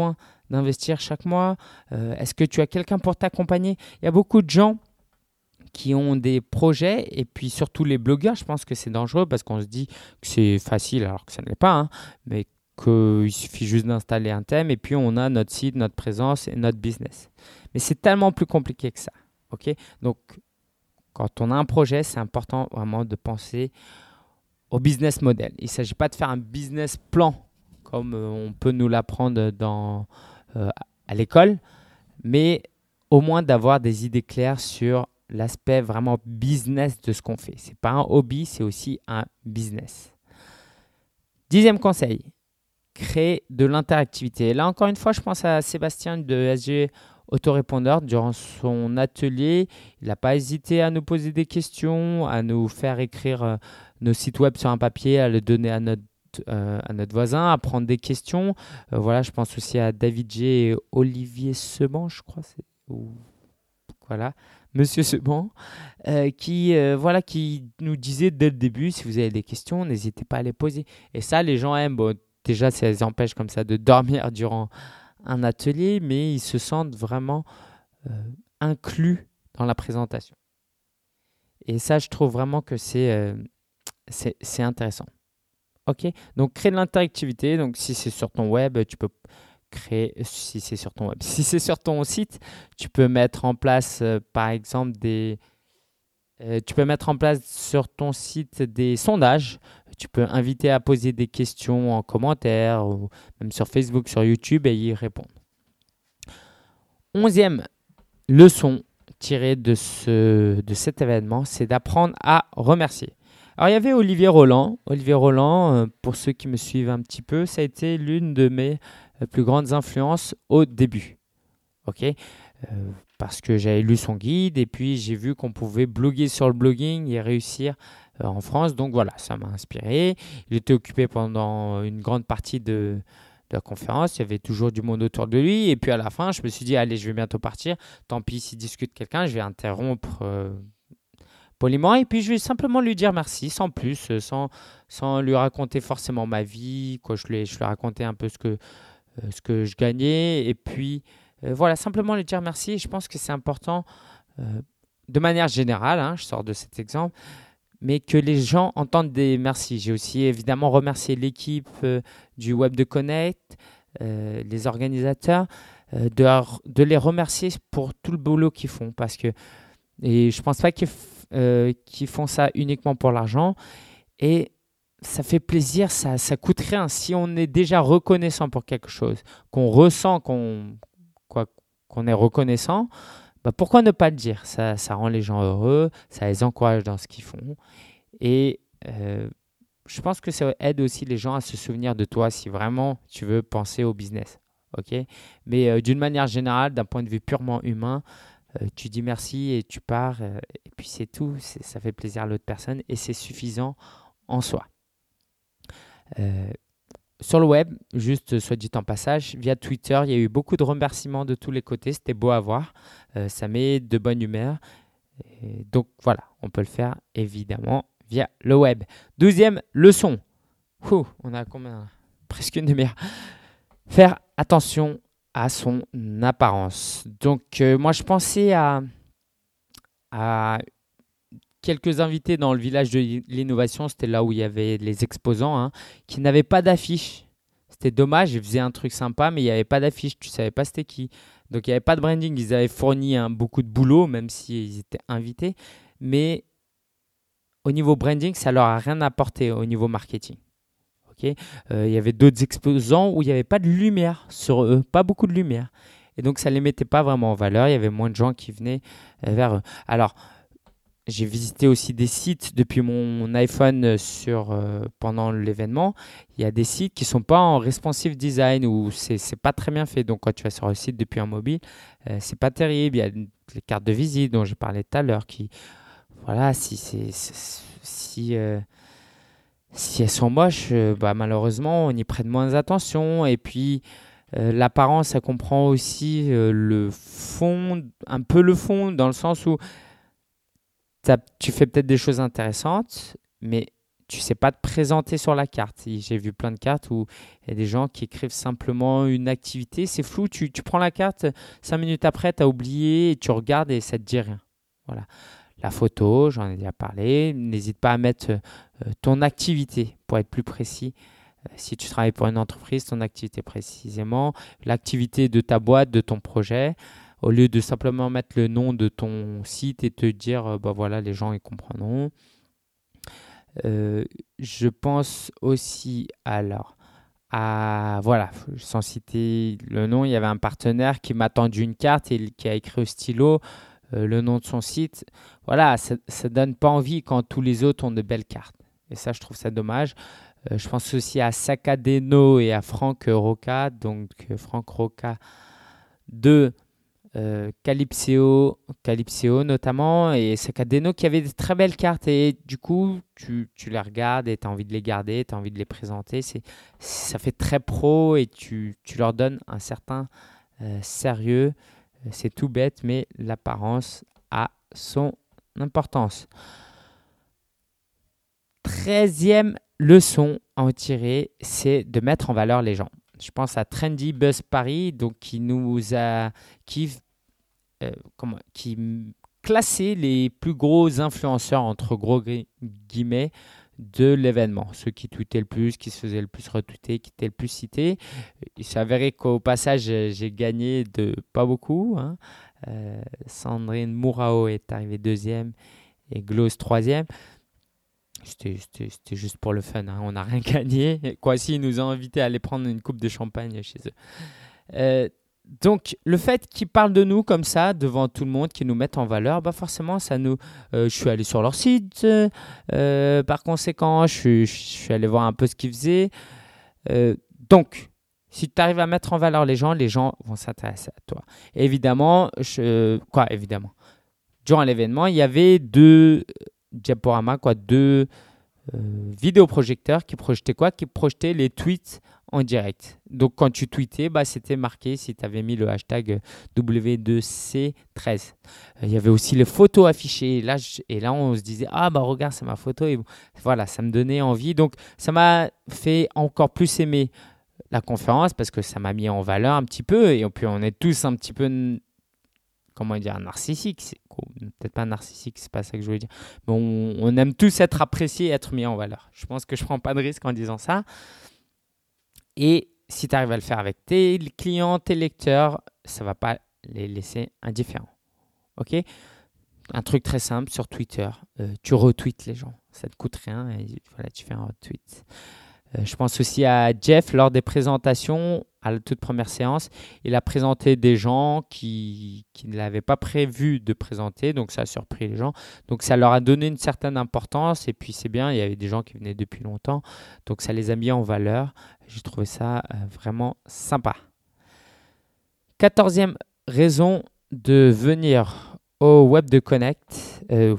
d'investir chaque mois? Est-ce que tu as quelqu'un pour t'accompagner? Il y a beaucoup de gens qui ont des projets et puis surtout les blogueurs, je pense que c'est dangereux parce qu'on se dit que c'est facile alors que ça ne l'est pas, hein, mais qu'il suffit juste d'installer un thème et puis on a notre site, notre présence et notre business. Mais c'est tellement plus compliqué que ça. Ok? Donc, quand on a un projet, c'est important vraiment de penser au business model. Il ne s'agit pas de faire un business plan comme on peut nous l'apprendre à l'école, mais au moins d'avoir des idées claires sur l'aspect vraiment business de ce qu'on fait. Ce n'est pas un hobby, c'est aussi un business. 10e conseil, créer de l'interactivité. Là, encore une fois, je pense à Sébastien de SG Autorépondeur. Durant son atelier, il n'a pas hésité à nous poser des questions, à nous faire écrire nos sites web sur un papier, à le donner à notre voisin, à prendre des questions. Voilà, je pense aussi à David G et Olivier Seban, je crois. Voilà, Monsieur Seban, qui nous disait dès le début, si vous avez des questions, n'hésitez pas à les poser. Et ça, les gens aiment. Bon, déjà, ça les empêche comme ça de dormir durant un atelier, mais ils se sentent vraiment inclus dans la présentation. Et ça, je trouve vraiment que c'est intéressant. Ok, donc créer de l'interactivité. Donc, si c'est sur ton web, tu peux créer. Si c'est sur ton web, si c'est sur ton site, tu peux mettre en place, par exemple, tu peux mettre en place sur ton site des sondages. Tu peux inviter à poser des questions en commentaire ou même sur Facebook, sur YouTube et y répondre. 11e leçon tirée de cet événement, c'est d'apprendre à remercier. Alors, il y avait Olivier Roland. Olivier Roland, pour ceux qui me suivent un petit peu, ça a été l'une de mes plus grandes influences au début. Ok, parce que j'avais lu son guide et puis j'ai vu qu'on pouvait bloguer sur le blogging et réussir en France. Donc voilà, ça m'a inspiré. Il était occupé pendant une grande partie de la conférence. Il y avait toujours du monde autour de lui. Et puis à la fin, je me suis dit, allez, je vais bientôt partir. Tant pis s'il discute quelqu'un, je vais interrompre poliment. Et puis je vais simplement lui dire merci, sans plus, sans lui raconter forcément ma vie. Je lui racontais un peu ce que je gagnais. Et puis voilà, simplement lui dire merci. Et je pense que c'est important de manière générale, hein, je sors de cet exemple, mais que les gens entendent des merci. J'ai aussi évidemment remercié l'équipe du Web de Connect, les organisateurs, de les remercier pour tout le boulot qu'ils font. Et je ne pense pas qu'ils font ça uniquement pour l'argent. Et ça fait plaisir, ça coûte rien. Si on est déjà reconnaissant pour quelque chose, qu'on ressent qu'on est reconnaissant, pourquoi ne pas le dire? Ça rend les gens heureux, ça les encourage dans ce qu'ils font. Et je pense que ça aide aussi les gens à se souvenir de toi si vraiment tu veux penser au business. Okay? Mais d'une manière générale, d'un point de vue purement humain, tu dis merci et tu pars. Et puis c'est tout, ça fait plaisir à l'autre personne et c'est suffisant en soi. Sur le web, juste soit dit en passage, via Twitter, il y a eu beaucoup de remerciements de tous les côtés. C'était beau à voir. Ça met de bonne humeur. Et donc voilà, on peut le faire évidemment via le web. 12e leçon. On a combien? Presque une demi-heure. Faire attention à son apparence. Donc moi, je pensais à quelques invités dans le village de l'innovation, c'était là où il y avait les exposants, qui n'avaient pas d'affiche. C'était dommage, ils faisaient un truc sympa, mais il n'y avait pas d'affiche, tu ne savais pas c'était qui. Donc il n'y avait pas de branding, ils avaient fourni beaucoup de boulot, même s'ils étaient invités. Mais au niveau branding, ça ne leur a rien apporté au niveau marketing. Il y avait d'autres exposants où il n'y avait pas de lumière sur eux, pas beaucoup de lumière. Et donc ça ne les mettait pas vraiment en valeur, il y avait moins de gens qui venaient vers eux. Alors, j'ai visité aussi des sites depuis mon iPhone pendant l'événement. Il y a des sites qui ne sont pas en responsive design ou c'est pas très bien fait. Donc, quand tu vas sur le site depuis un mobile, c'est pas terrible. Il y a les cartes de visite dont j'ai parlé tout à l'heure qui, voilà, si elles sont moches, malheureusement, on y prête moins attention. Et puis, l'apparence, ça comprend aussi le fond, un peu le fond, dans le sens où tu fais peut-être des choses intéressantes, mais tu sais pas te présenter sur la carte. J'ai vu plein de cartes où il y a des gens qui écrivent simplement une activité. C'est flou, tu prends la carte, 5 minutes après, tu as oublié et tu regardes et ça te dit rien. Voilà. La photo, j'en ai déjà parlé. N'hésite pas à mettre ton activité pour être plus précis. Si tu travailles pour une entreprise, ton activité précisément, l'activité de ta boîte, de ton projet, au lieu de simplement mettre le nom de ton site et te dire, voilà, les gens ils comprendront. Je pense aussi voilà, sans citer le nom, il y avait un partenaire qui m'a tendu une carte et qui a écrit au stylo le nom de son site. Voilà, ça donne pas envie quand tous les autres ont de belles cartes. Et ça, je trouve ça dommage. Je pense aussi à Sacadeno et à Franck Roca, donc Franck Roca de Calypseo notamment, et Sacadeno qui avait de très belles cartes. Et du coup, tu les regardes et tu as envie de les garder, tu as envie de les présenter. Ça fait très pro et tu leur donnes un certain sérieux. C'est tout bête, mais l'apparence a son importance. 13e leçon à en tirer, c'est de mettre en valeur les gens. Je pense à Trendy Buzz Paris, donc qui classait les plus gros influenceurs entre gros guillemets de l'événement. Ceux qui tweetaient le plus, qui se faisaient le plus retweeter, qui étaient le plus cités. Il s'est avéré qu'au passage, j'ai gagné de pas beaucoup. Sandrine Mourao est arrivée 2e et Glose 3e. C'était juste pour le fun, on n'a rien gagné. Kwasi nous a invités à aller prendre une coupe de champagne chez eux. Donc, le fait qu'ils parlent de nous comme ça, devant tout le monde, qu'ils nous mettent en valeur, forcément, ça nous... je suis allé sur leur site, par conséquent, je suis allé voir un peu ce qu'ils faisaient. Donc, si tu arrives à mettre en valeur les gens vont s'intéresser à toi. Évidemment, durant l'événement, il y avait deux vidéoprojecteurs qui projetaient quoi? Qui projetaient les tweets en direct. Donc, quand tu tweetais, c'était marqué si tu avais mis le hashtag W2C13. Il y avait aussi les photos affichées. Et là, on se disait, regarde, c'est ma photo. Et voilà, ça me donnait envie. Donc, ça m'a fait encore plus aimer la conférence parce que ça m'a mis en valeur un petit peu. Et puis, on est tous un petit peu... narcissique, peut-être pas narcissique, c'est pas ça que je voulais dire, mais on aime tous être appréciés et être mis en valeur. Je pense que je prends pas de risque en disant ça. Et si tu arrives à le faire avec tes clients, tes lecteurs, ça va pas les laisser indifférents. Ok ? Un truc très simple sur Twitter, tu retweets les gens, ça te coûte rien et voilà, tu fais un retweet. Je pense aussi à Jeff lors des présentations, à la toute première séance. Il a présenté des gens qui ne l'avaient pas prévu de présenter, donc ça a surpris les gens. Donc ça leur a donné une certaine importance et puis c'est bien, il y avait des gens qui venaient depuis longtemps, donc ça les a mis en valeur. J'ai trouvé ça vraiment sympa. 14e raison de venir au Web de Connect.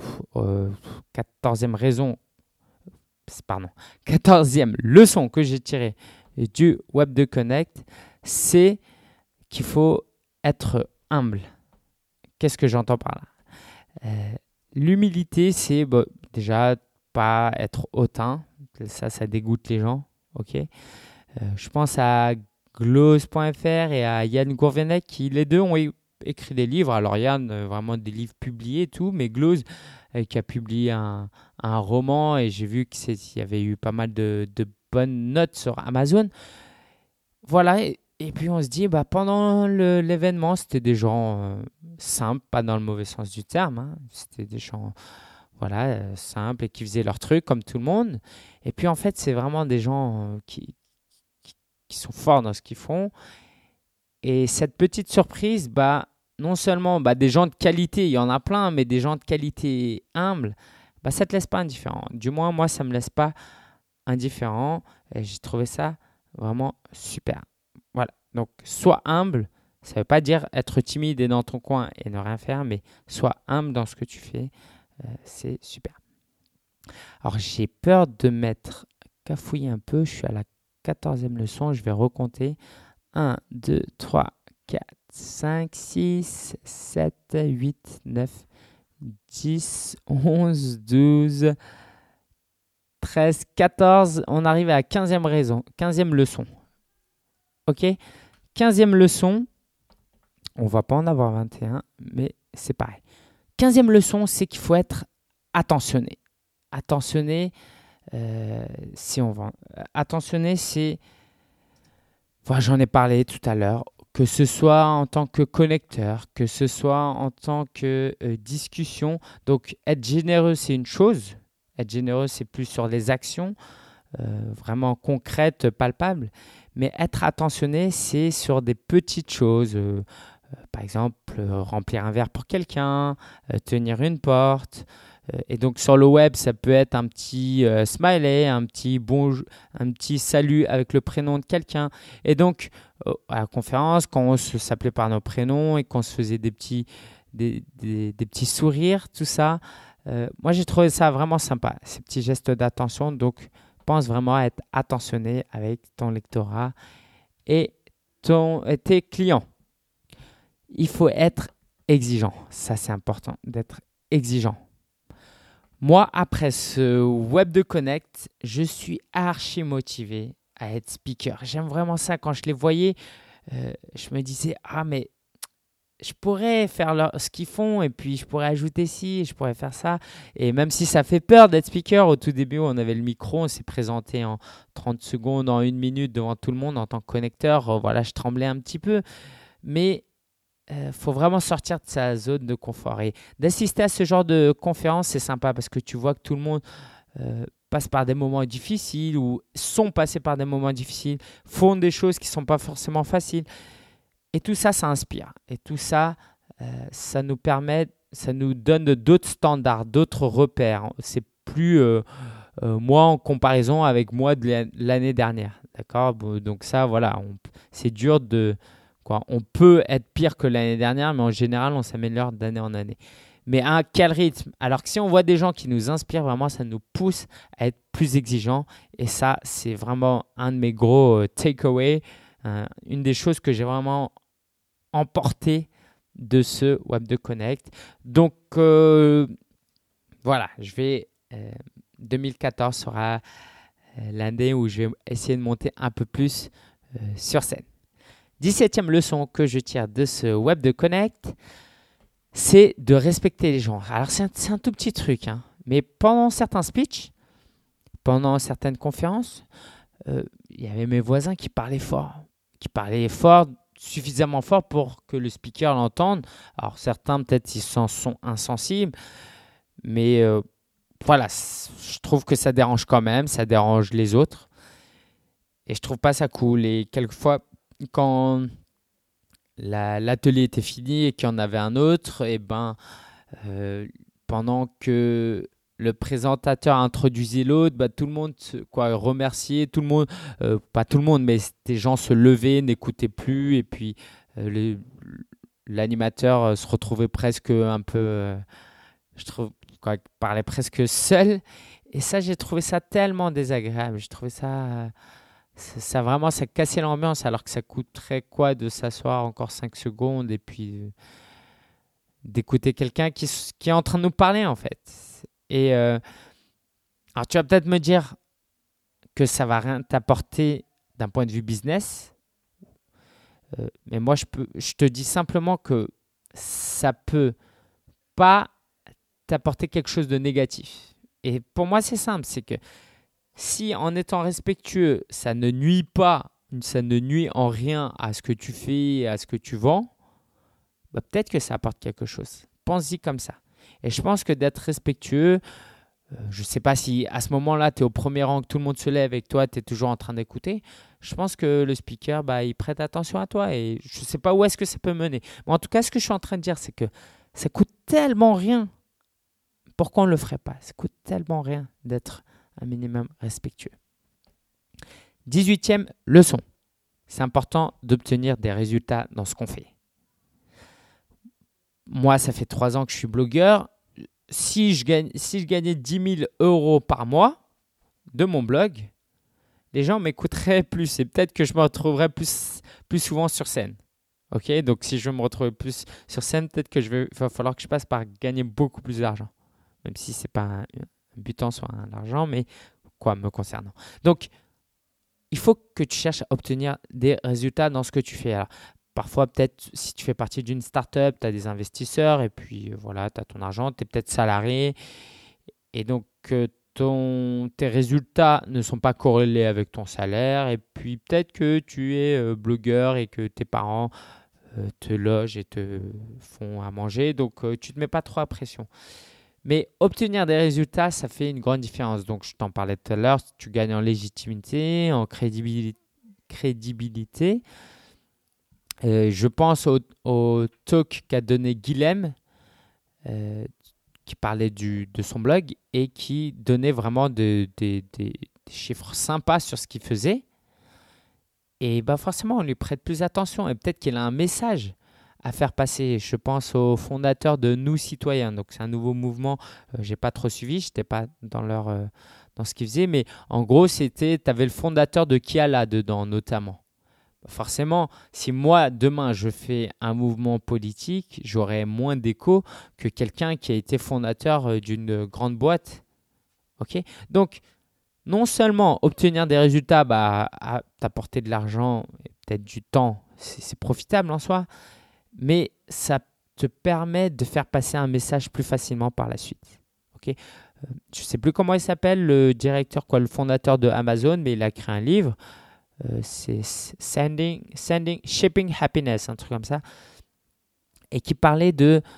14e leçon que j'ai tirée du Web de Connect, c'est qu'il faut être humble. Qu'est-ce que j'entends par là? L'humilité, c'est déjà pas être hautain. Ça dégoûte les gens. Ok. Je pense à glose.fr et à Yann Gourvenec qui, les deux, ont écrit des livres. Alors Yann, vraiment des livres publiés et tout, mais Glose qui a publié un roman et j'ai vu qu'il y avait eu pas mal de bonnes notes sur Amazon. Voilà, et puis on se dit, pendant l'événement, c'était des gens simples, pas dans le mauvais sens du terme, c'était des gens simples et qui faisaient leur truc comme tout le monde. Et puis en fait, c'est vraiment des gens qui sont forts dans ce qu'ils font. Et cette petite surprise, non seulement des gens de qualité, il y en a plein, mais des gens de qualité humble, ça ne te laisse pas indifférent. Du moins, moi, ça ne me laisse pas indifférent. Et j'ai trouvé ça vraiment super. Voilà. Donc, sois humble. Ça ne veut pas dire être timide et dans ton coin et ne rien faire, mais sois humble dans ce que tu fais. C'est super. Alors, j'ai peur de m'être cafouillé un peu. Je suis à la 14e leçon. Je vais recompter. 1, 2, 3, 4, 5, 6, 7, 8, 9, 10, 11, 12, 13, 14, on arrive à la 15e leçon. Ok, 15e leçon, on ne va pas en avoir 21, mais c'est pareil. 15e leçon, c'est qu'il faut être attentionné. Attentionné, attentionné, c'est, voilà, j'en ai parlé tout à l'heure, que ce soit en tant que connecteur, que ce soit en tant que discussion. Donc, être généreux, c'est une chose. Être généreux, c'est plus sur les actions, vraiment concrètes, palpables. Mais être attentionné, c'est sur des petites choses. Par exemple, remplir un verre pour quelqu'un, tenir une porte. Et donc, sur le web, ça peut être un petit smiley, un petit salut avec le prénom de quelqu'un. Et donc, à la conférence, quand on s'appelait par nos prénoms et qu'on se faisait des petits sourires, tout ça, moi, j'ai trouvé ça vraiment sympa, ces petits gestes d'attention. Donc, pense vraiment à être attentionné avec ton lectorat et tes clients. Il faut être exigeant. Ça, c'est important, d'être exigeant. Moi, après ce Web de Connect, je suis archi motivé à être speaker. J'aime vraiment ça. Quand je les voyais, je me disais, mais je pourrais faire ce qu'ils font et puis je pourrais ajouter ci, je pourrais faire ça. Et même si ça fait peur d'être speaker, au tout début, on avait le micro, on s'est présenté en 30 secondes, en 1 minute devant tout le monde en tant que connecteur. Voilà, je tremblais un petit peu. Mais faut vraiment sortir de sa zone de confort. Et d'assister à ce genre de conférence, c'est sympa parce que tu vois que tout le monde passe par des moments difficiles ou sont passés par des moments difficiles, font des choses qui ne sont pas forcément faciles. Et tout ça, ça inspire. Et tout ça, ça nous permet, ça nous donne d'autres standards, d'autres repères. C'est plus moi en comparaison avec moi de l'année dernière. D'accord ? Donc ça, voilà, c'est dur de... On peut être pire que l'année dernière, mais en général, on s'améliore d'année en année. Mais à quel rythme ? Alors que si on voit des gens qui nous inspirent, vraiment, ça nous pousse à être plus exigeants. Et ça, c'est vraiment un de mes gros takeaways. Une des choses que j'ai vraiment emporté de ce Web de Connect. Donc, voilà, 2014 sera l'année où je vais essayer de monter un peu plus sur scène. 17e leçon que je tire de ce Web de Connect, c'est de respecter les gens. Alors, c'est un tout petit truc, mais pendant certains speeches, pendant certaines conférences, il y avait mes voisins qui parlaient fort, suffisamment fort pour que le speaker l'entende. Alors, certains, peut-être, ils s'en sont insensibles, mais voilà, je trouve que ça dérange quand même, ça dérange les autres. Et je trouve pas ça cool. Et quelquefois, quand l'atelier était fini et qu'il y en avait un autre, et pendant que le présentateur introduisait l'autre, tout le monde remerciait, tout le monde, pas tout le monde, mais des gens se levaient, n'écoutaient plus, et puis l'animateur se retrouvait presque un peu, parlait presque seul. Et ça, j'ai trouvé ça tellement désagréable. J'ai trouvé ça... Ça vraiment, ça cassait l'ambiance alors que ça coûterait quoi de s'asseoir encore 5 secondes et puis d'écouter quelqu'un qui est en train de nous parler en fait. Et alors tu vas peut-être me dire que ça va rien t'apporter d'un point de vue business, mais moi je te dis simplement que ça peut pas t'apporter quelque chose de négatif. Et pour moi c'est simple, c'est que si en étant respectueux, ça ne nuit en rien à ce que tu fais et à ce que tu vends, peut-être que ça apporte quelque chose. Pense-y comme ça. Et je pense que d'être respectueux, je ne sais pas si à ce moment-là, tu es au premier rang, que tout le monde se lève et que toi, tu es toujours en train d'écouter. Je pense que le speaker, il prête attention à toi et je ne sais pas où est-ce que ça peut mener. Mais en tout cas, ce que je suis en train de dire, c'est que ça coûte tellement rien. Pourquoi on ne le ferait pas ? Ça coûte tellement rien d'être un minimum respectueux. 18e leçon. C'est important d'obtenir des résultats dans ce qu'on fait. Moi, ça fait 3 ans que je suis blogueur. Si je gagnais 10 000 € par mois de mon blog, les gens m'écouteraient plus et peut-être que je me retrouverais plus souvent sur scène. Ok, donc si je veux me retrouver plus sur scène, peut-être que va falloir que je passe par gagner beaucoup plus d'argent. Même si ce n'est pas un but en soi, l'argent, mais me concernant. Donc, il faut que tu cherches à obtenir des résultats dans ce que tu fais. Alors, parfois, peut-être, si tu fais partie d'une startup, tu as des investisseurs et puis voilà, tu as ton argent, tu es peut-être salarié et donc tes résultats ne sont pas corrélés avec ton salaire et puis peut-être que tu es blogueur et que tes parents te logent et te font à manger, donc tu ne te mets pas trop à pression. Mais obtenir des résultats, ça fait une grande différence. Donc, je t'en parlais tout à l'heure, tu gagnes en légitimité, en crédibilité. Je pense au talk qu'a donné Guilhem, qui parlait de son blog et qui donnait vraiment des chiffres sympas sur ce qu'il faisait. Et bah forcément, on lui prête plus attention et peut-être qu'il a un message à faire passer. Je pense au fondateur de Nous Citoyens. Donc, c'est un nouveau mouvement. Je n'ai pas trop suivi, je n'étais pas dans ce qu'il faisait. Mais en gros, tu avais le fondateur de Kiala dedans, notamment. Forcément, si moi, demain, je fais un mouvement politique, j'aurai moins d'écho que quelqu'un qui a été fondateur d'une grande boîte. Ok ? Donc, non seulement obtenir des résultats, t'apporter de l'argent et peut-être du temps, c'est profitable en soi, mais ça te permet de faire passer un message plus facilement par la suite. Ok ? Je ne sais plus comment il s'appelle, le directeur, le fondateur de Amazon, mais il a créé un livre. C'est Shipping Happiness, un truc comme ça, et qui parlait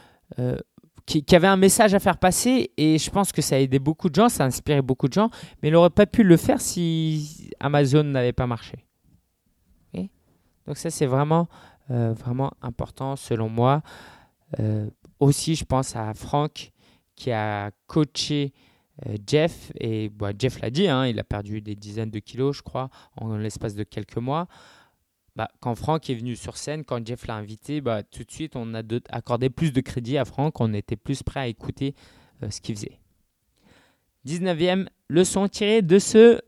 qui avait un message à faire passer, et je pense que ça a aidé beaucoup de gens, ça a inspiré beaucoup de gens, mais il n'aurait pas pu le faire si Amazon n'avait pas marché. Okay. Donc ça, c'est vraiment important selon moi. Aussi, je pense à Franck qui a coaché Jeff, et Jeff l'a dit, il a perdu des dizaines de kilos, je crois, en l'espace de quelques mois. Quand Franck est venu sur scène, quand Jeff l'a invité, tout de suite, on a accordé plus de crédit à Franck, on était plus prêt à écouter ce qu'il faisait. 19e leçon tirée de ce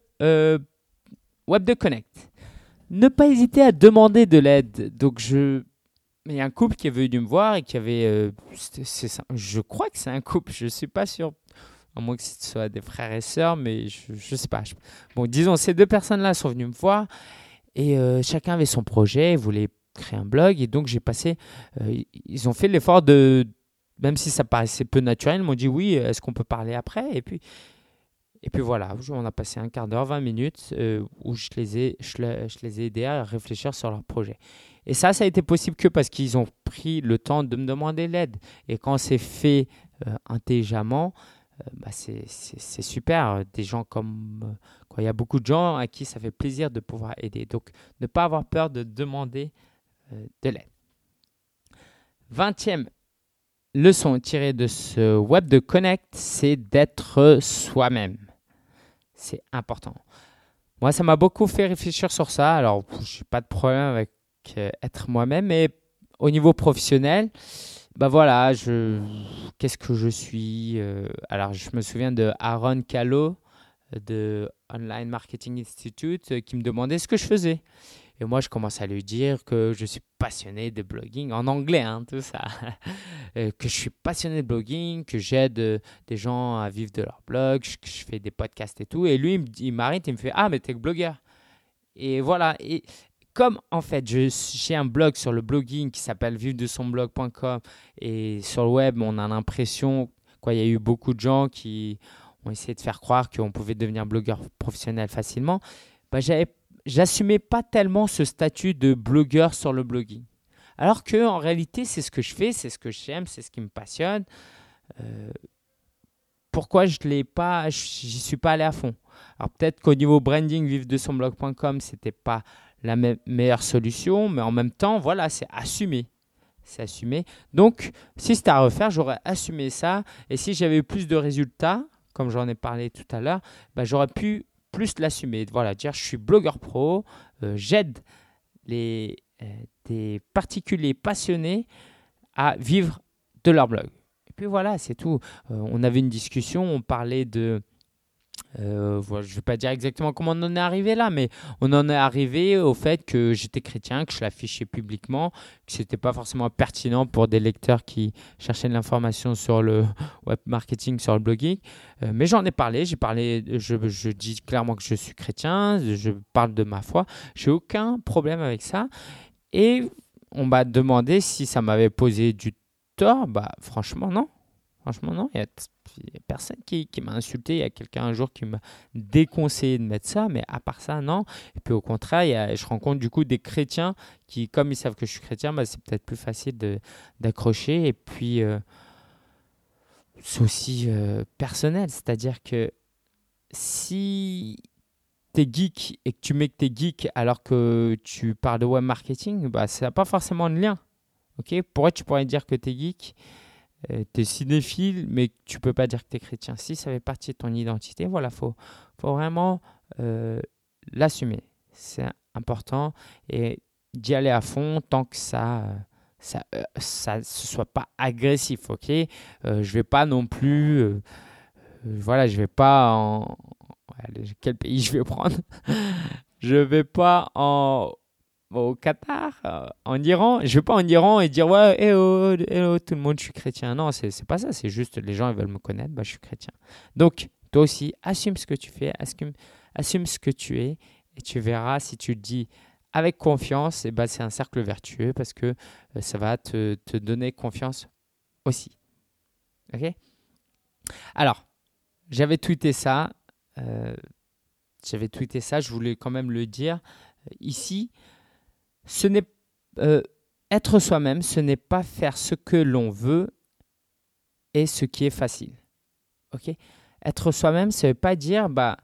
Web de Connect. Ne pas hésiter à demander de l'aide. Donc, il y a un couple qui est venu me voir et qui avait... je crois que c'est un couple, je ne suis pas sûr. À moins que ce soit des frères et sœurs, mais je ne sais pas. Bon, disons, ces deux personnes-là sont venues me voir et chacun avait son projet, voulait créer un blog. Et donc, ils ont fait l'effort même si ça paraissait peu naturel, ils m'ont dit oui, est-ce qu'on peut parler après ? Et puis voilà, on a passé un quart d'heure, 20 minutes où je les ai aidés à réfléchir sur leur projet. Et ça a été possible que parce qu'ils ont pris le temps de me demander l'aide. Et quand c'est fait intelligemment, c'est super. Des gens comme... il y a beaucoup de gens à qui ça fait plaisir de pouvoir aider. Donc, ne pas avoir peur de demander de l'aide. 20e leçon tirée de ce Web de Connect, c'est d'être soi-même. C'est important. Moi, ça m'a beaucoup fait réfléchir sur ça. Alors, je n'ai pas de problème avec être moi-même, mais au niveau professionnel, qu'est-ce que je suis Alors, je me souviens de Aaron Callo de Online Marketing Institute qui me demandait ce que je faisais. Et moi, je commence à lui dire que je suis passionné de blogging, en anglais, tout ça. Que je suis passionné de blogging, que j'aide des gens à vivre de leur blog, que je fais des podcasts et tout. Et lui, il m'arrête et il me fait « Ah, mais t'es blogueur !» Et voilà. Et comme, en fait, j'ai un blog sur le blogging qui s'appelle vivredesonblog.com et sur le web, on a l'impression qu'il y a eu beaucoup de gens qui ont essayé de faire croire qu'on pouvait devenir blogueur professionnel facilement. J'assumais pas tellement ce statut de blogueur sur le blogging. Alors qu'en réalité, c'est ce que je fais, c'est ce que j'aime, c'est ce qui me passionne. Pourquoi j'y suis pas allé à fond ? Alors peut-être qu'au niveau branding, vivredesonblog.com, c'était pas la meilleure solution, mais en même temps, voilà, c'est assumé. C'est assumé. Donc, si c'était à refaire, j'aurais assumé ça. Et si j'avais eu plus de résultats, comme j'en ai parlé tout à l'heure, j'aurais pu plus l'assumer. Voilà, dire je suis blogueur pro, j'aide des particuliers passionnés à vivre de leur blog. Et puis voilà, c'est tout. On avait une discussion, on parlait Voilà, je ne vais pas dire exactement comment on en est arrivé là, mais on en est arrivé au fait que j'étais chrétien, que je l'affichais publiquement, que ce n'était pas forcément pertinent pour des lecteurs qui cherchaient de l'information sur le web marketing, sur le blogging. Mais j'en ai parlé, je dis clairement que je suis chrétien, je parle de ma foi, j'ai aucun problème avec ça. Et on m'a demandé si ça m'avait posé du tort. Bah, franchement, non. Franchement, non. Il y a personne qui m'a insulté. Il y a quelqu'un un jour qui m'a déconseillé de mettre ça, mais à part ça, non. Et puis au contraire, je rencontre du coup des chrétiens qui, comme ils savent que je suis chrétien, bah, c'est peut-être plus facile d'accrocher. Et puis, c'est aussi personnel. C'est-à-dire que si t'es geek et que tu mets que t'es geek alors que tu parles de web marketing, bah, ça n'a pas forcément de lien. Okay, pourquoi tu pourrais dire que t'es geek, t'es cinéphile, mais que tu peux pas dire que t'es chrétien? Si ça fait partie de ton identité, voilà, faut vraiment l'assumer. C'est important et d'y aller à fond tant que ça soit pas agressif, ok? Je vais pas non plus, voilà, je vais pas en quel pays je vais prendre? Je vais pas au Qatar, en Iran. Je vais pas en Iran et dire ouais, hello, tout le monde, je suis chrétien. Non, c'est pas ça. C'est juste les gens ils veulent me connaître, bah je suis chrétien. Donc toi aussi, assume ce que tu fais, assume ce que tu es, et tu verras si tu le dis avec confiance, et bah c'est un cercle vertueux parce que ça va te donner confiance aussi. Ok? Alors, j'avais tweeté ça. Je voulais quand même le dire ici. Ce n'est être soi-même, ce n'est pas faire ce que l'on veut et ce qui est facile. Ok? Être soi-même, ça ne veut pas dire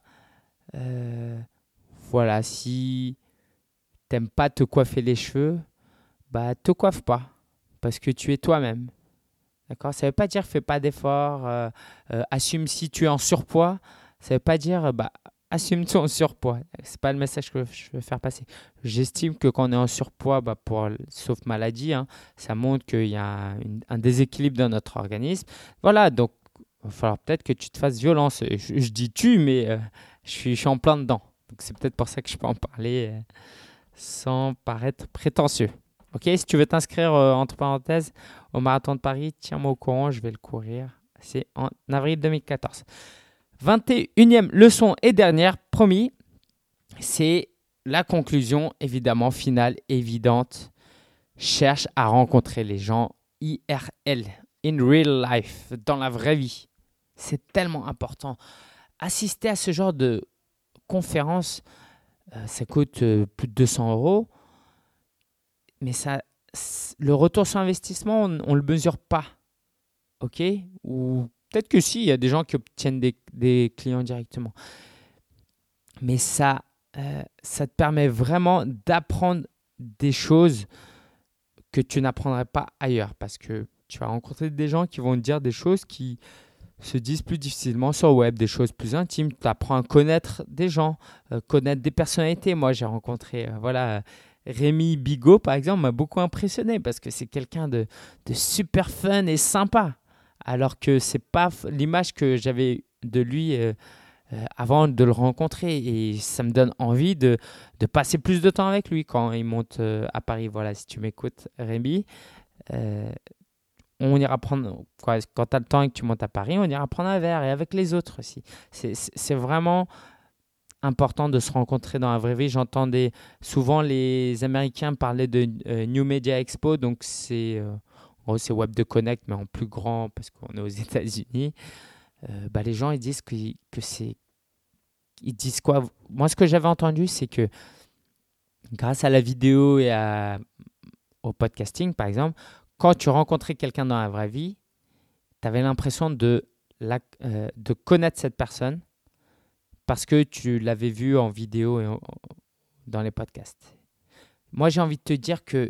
voilà, si t'aimes pas te coiffer les cheveux, bah te coiffe pas parce que tu es toi-même. D'accord? Ça ne veut pas dire fais pas d'efforts, assume si tu es en surpoids. Ça ne veut pas dire assume ton surpoids. C'est pas le message que je veux faire passer. J'estime que quand on est en surpoids, sauf maladie, hein, ça montre qu'il y a un déséquilibre dans notre organisme. Voilà, donc il va falloir peut-être que tu te fasses violence. Je dis tu, mais je suis en plein dedans. Donc c'est peut-être pour ça que je peux en parler sans paraître prétentieux. Ok, si tu veux t'inscrire entre parenthèses au marathon de Paris, tiens-moi au courant, je vais le courir. C'est en avril 2014. 21e leçon et dernière, promis, c'est la conclusion évidemment finale, évidente. Cherche à rencontrer les gens IRL, in real life, dans la vraie vie. C'est tellement important. Assister à ce genre de conférence, ça coûte plus de 200 €. Mais le retour sur investissement, on ne le mesure pas. Ok? Ou peut-être que si, il y a des gens qui obtiennent des clients directement. Mais ça te permet vraiment d'apprendre des choses que tu n'apprendrais pas ailleurs. Parce que tu vas rencontrer des gens qui vont te dire des choses qui se disent plus difficilement sur le web, des choses plus intimes. Tu apprends à connaître des gens, connaître des personnalités. Moi, j'ai rencontré Rémi Bigot, par exemple, m'a beaucoup impressionné parce que c'est quelqu'un de super fun et sympa. Alors que ce n'est pas l'image que j'avais de lui avant de le rencontrer. Et ça me donne envie de passer plus de temps avec lui quand il monte à Paris. Voilà, si tu m'écoutes, Rémi, on ira prendre, quand tu as le temps et que tu montes à Paris, on ira prendre un verre et avec les autres aussi. C'est vraiment important de se rencontrer dans la vraie vie. J'entendais souvent les Américains parler de New Media Expo, donc c'est Web de Connect, mais en plus grand parce qu'on est aux États-Unis. Les gens ils disent que c'est, ils disent quoi? Moi, ce que j'avais entendu, c'est que grâce à la vidéo et au podcasting, par exemple, quand tu rencontrais quelqu'un dans la vraie vie, tu avais l'impression de connaître cette personne parce que tu l'avais vu en vidéo et dans les podcasts. Moi, j'ai envie de te dire que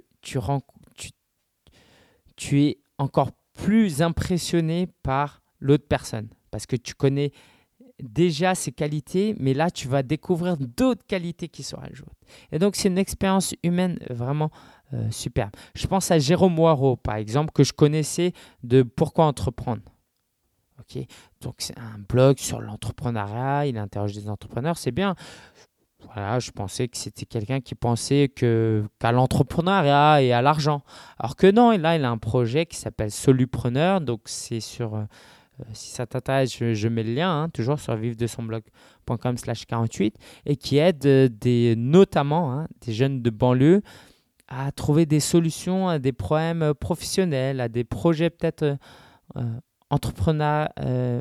tu es encore plus impressionné par l'autre personne parce que tu connais déjà ses qualités, mais là, tu vas découvrir d'autres qualités qui sont ajoutées. Et donc, c'est une expérience humaine vraiment superbe. Je pense à Jérôme Moirot, par exemple, que je connaissais de Pourquoi entreprendre. Ok, donc c'est un blog sur l'entrepreneuriat, il interroge des entrepreneurs, c'est bien. Voilà, je pensais que c'était quelqu'un qui pensait qu'à l'entrepreneuriat et à l'argent. Alors que non, et là, il a un projet qui s'appelle Solupreneur. Donc, c'est sur, si ça t'intéresse, je mets le lien, hein, toujours sur vivre-de-son-blog.com/48, et qui aide notamment des jeunes de banlieue à trouver des solutions à des problèmes professionnels, à des projets peut-être entrepreneuriaux,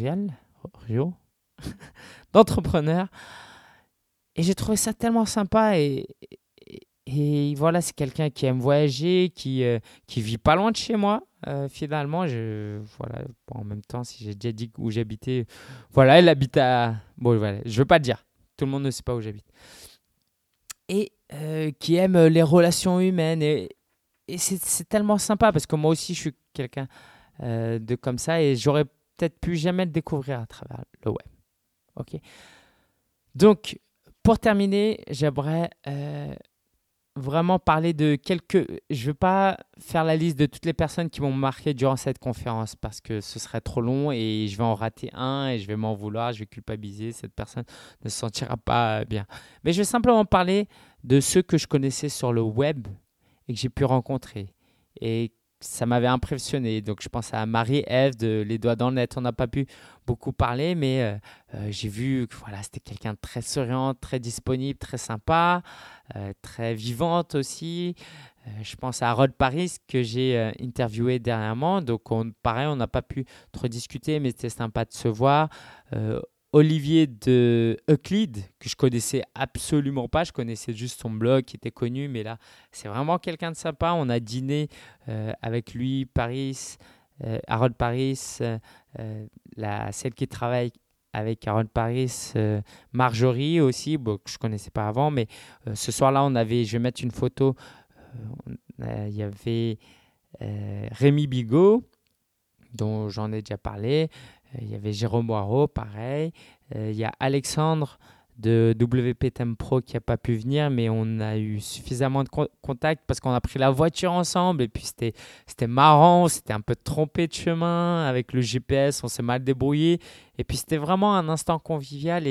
d'entrepreneurs. Et j'ai trouvé ça tellement sympa et voilà, c'est quelqu'un qui aime voyager, qui vit pas loin de chez moi. Finalement, voilà, bon, en même temps, si j'ai déjà dit où j'habitais, voilà, elle habite à... Bon, voilà, je veux pas le dire. Tout le monde ne sait pas où j'habite. Et qui aime les relations humaines. Et c'est tellement sympa parce que moi aussi, je suis quelqu'un de comme ça et j'aurais peut-être pu jamais le découvrir à travers le web. Ok. Donc, pour terminer, j'aimerais vraiment parler de quelques... Je ne vais pas faire la liste de toutes les personnes qui m'ont marqué durant cette conférence parce que ce serait trop long et je vais en rater un et je vais m'en vouloir, je vais culpabiliser. Cette personne ne se sentira pas bien. Mais je vais simplement parler de ceux que je connaissais sur le web et que j'ai pu rencontrer. Et ça m'avait impressionné. Donc, je pense à Marie-Ève de Les Doigts dans le Net. On n'a pas pu beaucoup parler, mais j'ai vu que voilà, c'était quelqu'un de très souriant, très disponible, très sympa, très vivante aussi. Je pense à Harold Paris que j'ai interviewé dernièrement. Donc, pareil, on n'a pas pu trop discuter, mais c'était sympa de se voir. Olivier de Euclide, que je connaissais absolument pas. Je connaissais juste son blog qui était connu, mais là, c'est vraiment quelqu'un de sympa. On a dîné avec lui, Harold Paris, celle qui travaille avec Harold Paris, Marjorie aussi, bon, que je ne connaissais pas avant, mais ce soir-là, je vais mettre une photo, il y avait Rémi Bigot, dont j'en ai déjà parlé. Il y avait Jérôme Boireau, pareil. Il y a Alexandre de WP Theme Pro qui n'a pas pu venir, mais on a eu suffisamment de contacts parce qu'on a pris la voiture ensemble et puis c'était marrant, c'était un peu trompé de chemin avec le GPS, on s'est mal débrouillé et puis c'était vraiment un instant convivial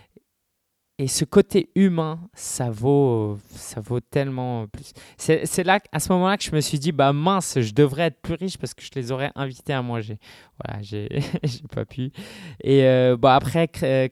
et ce côté humain, ça vaut tellement plus. C'est là, à ce moment-là, que je me suis dit, bah mince, je devrais être plus riche parce que je les aurais invités à manger. Voilà, j'ai pas pu. Et après,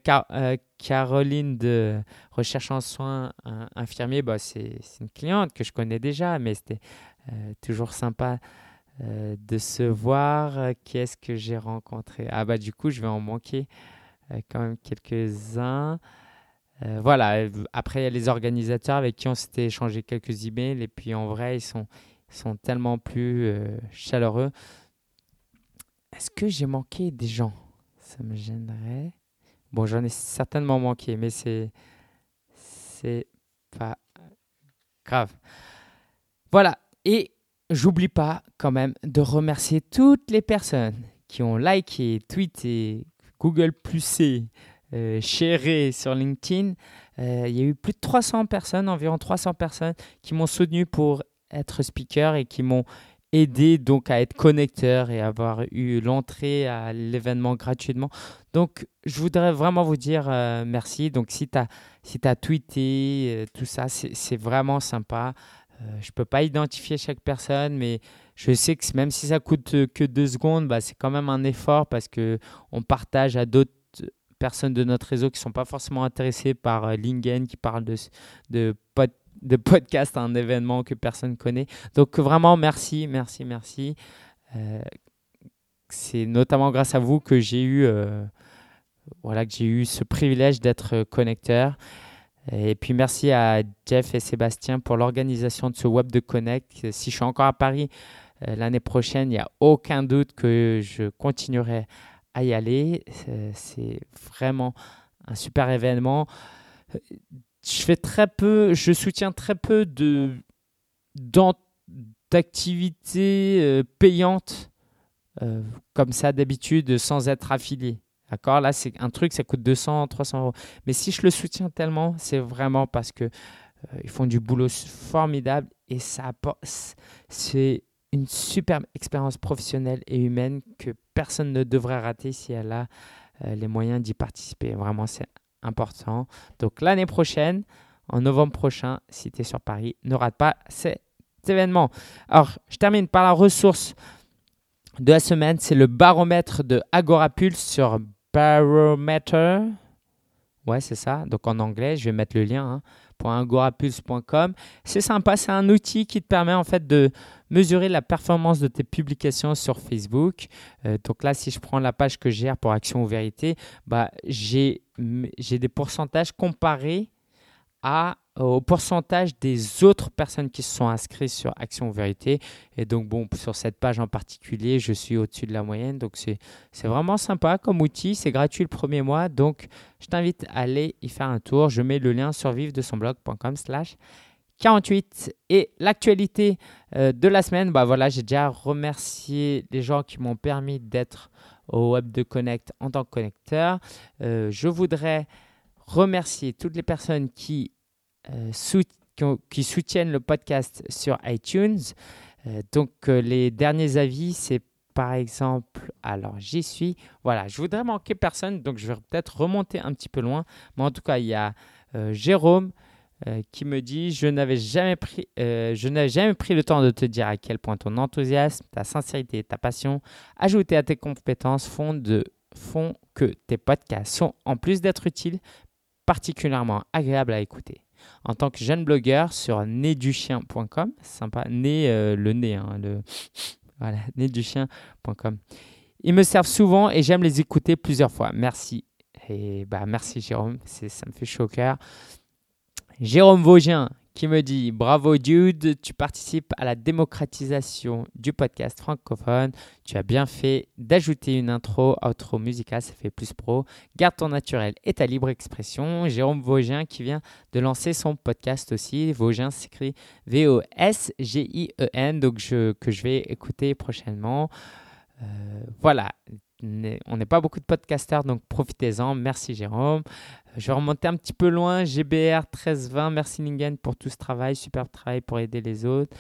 Caroline de Recherche en soins infirmiers, bah, c'est une cliente que je connais déjà, mais c'était toujours sympa de se voir. Qui est-ce que j'ai rencontré? Ah bah du coup, je vais en manquer quand même quelques-uns. Voilà, après il y a les organisateurs avec qui on s'était échangé quelques emails et puis en vrai ils sont tellement plus chaleureux. Est-ce que j'ai manqué des gens? Ça me gênerait. Bon, j'en ai certainement manqué, mais c'est pas grave. Voilà, et j'oublie pas quand même de remercier toutes les personnes qui ont liké, tweeté, Google Plusé, sharé sur LinkedIn. Il y a eu plus de 300 personnes, environ 300 personnes qui m'ont soutenu pour être speaker et qui m'ont aidé donc à être connecteur et avoir eu l'entrée à l'événement gratuitement. Donc, je voudrais vraiment vous dire merci. Donc, si tu as tweeté, tout ça, c'est vraiment sympa. Je ne peux pas identifier chaque personne, mais je sais que même si ça coûte que 2 secondes, bah, c'est quand même un effort parce qu'on partage à d'autres personnes de notre réseau qui ne sont pas forcément intéressées par Lingen, qui parle de podcast, un événement que personne ne connaît. Donc vraiment, merci. C'est notamment grâce à vous que j'ai eu ce privilège d'être connecteur. Et puis merci à Jeff et Sébastien pour l'organisation de ce Web de Connect. Si je suis encore à Paris l'année prochaine, il n'y a aucun doute que je continuerai à y aller. C'est vraiment un super événement. Je soutiens très peu d'activités payantes comme ça d'habitude sans être affilié. D'accord? Là, c'est un truc, ça coûte 200, 300 euros. Mais si je le soutiens tellement, c'est vraiment parce que ils font du boulot formidable et ça apporte. une superbe expérience professionnelle et humaine que personne ne devrait rater si elle a les moyens d'y participer. Vraiment, c'est important. Donc l'année prochaine, en novembre prochain, si tu es sur Paris, ne rate pas cet événement. Alors, je termine par la ressource de la semaine. C'est le baromètre de Agorapulse sur Barometer. Ouais, c'est ça. Donc en anglais, je vais mettre le lien .agorapulse.com. C'est sympa, c'est un outil qui te permet en fait de mesurer la performance de tes publications sur Facebook. Donc là, si je prends la page que je gère pour Action ou Vérité, j'ai des pourcentages comparés au pourcentage des autres personnes qui se sont inscrites sur Action ou Vérité. Et donc, sur cette page en particulier, je suis au-dessus de la moyenne. Donc, c'est vraiment sympa comme outil. C'est gratuit le premier mois. Donc, je t'invite à aller y faire un tour. Je mets le lien sur vivredesonblog.com/48. Et l'actualité de la semaine, j'ai déjà remercié les gens qui m'ont permis d'être au Web de Connect en tant que connecteur. Je voudrais remercier toutes les personnes qui soutiennent le podcast sur iTunes. Les derniers avis, c'est par exemple, alors j'y suis, voilà, je voudrais manquer personne, donc je vais peut-être remonter un petit peu loin, mais en tout cas, il y a Jérôme qui me dit « Je n'avais jamais pris le temps de te dire à quel point ton enthousiasme, ta sincérité et ta passion, ajoutées à tes compétences, font que tes podcasts sont, en plus d'être utiles, particulièrement agréables à écouter. En tant que jeune blogueur sur nez-du-chien.com, sympa, le nez, voilà, nez-du-chien.com. Ils me servent souvent et j'aime les écouter plusieurs fois. Merci. Et merci Jérôme, ça me fait chaud au cœur. Jérôme Vaugien qui me dit « Bravo Dude, tu participes à la démocratisation du podcast francophone. Tu as bien fait d'ajouter une outro musicale, ça fait plus pro. Garde ton naturel et ta libre expression. » Jérôme Vaugien qui vient de lancer son podcast aussi. Vaugien s'écrit V-O-S-G-I-E-N, donc que je vais écouter prochainement. Voilà. On n'est pas beaucoup de podcasteurs, donc profitez-en. Merci Jérôme. Je vais remonter un petit peu loin. GBR 1320, merci Ningen pour tout ce travail. Superbe travail pour aider les autres.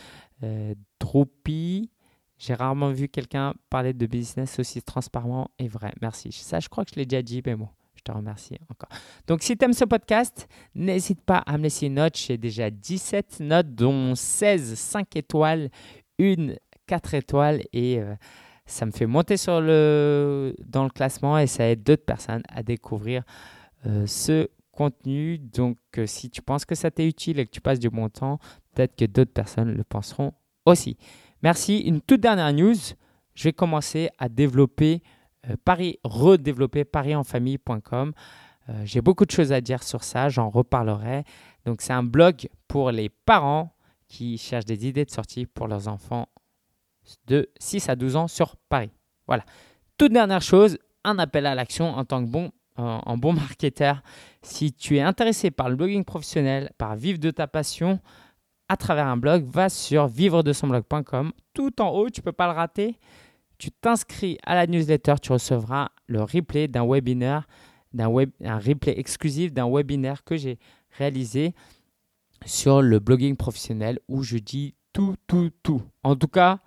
Droupi, j'ai rarement vu quelqu'un parler de business aussi transparent et vrai. Merci. Ça, je crois que je l'ai déjà dit, mais bon, je te remercie encore. Donc, si tu aimes ce podcast, n'hésite pas à me laisser une note. J'ai déjà 17 notes, dont 16 5 étoiles, une 4 étoiles et... ça me fait monter dans le classement et ça aide d'autres personnes à découvrir ce contenu. Donc, si tu penses que ça t'est utile et que tu passes du bon temps, peut-être que d'autres personnes le penseront aussi. Merci. Une toute dernière news. Je vais commencer à développer redévelopper parisenfamille.com. J'ai beaucoup de choses à dire sur ça. J'en reparlerai. Donc, c'est un blog pour les parents qui cherchent des idées de sortie pour leurs enfants de 6 à 12 ans sur Paris. Voilà. Toute dernière chose, un appel à l'action en tant que bon marketeur. Si tu es intéressé par le blogging professionnel, par vivre de ta passion à travers un blog, va sur vivredesonblog.com. Tout en haut, tu ne peux pas le rater. Tu t'inscris à la newsletter, tu recevras le replay d'un webinaire, un replay exclusif d'un webinaire que j'ai réalisé sur le blogging professionnel où je dis tout. En tout cas,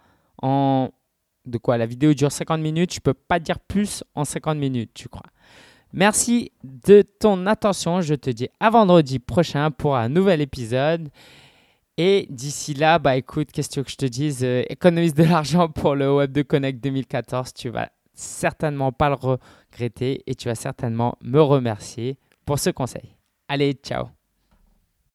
la vidéo dure 50 minutes, je ne peux pas dire plus en 50 minutes, tu crois. Merci de ton attention. Je te dis à vendredi prochain pour un nouvel épisode. Et d'ici là, écoute, qu'est-ce que je te dise, économise de l'argent pour le Web de Connect 2014. Tu vas certainement pas le regretter et tu vas certainement me remercier pour ce conseil. Allez, ciao.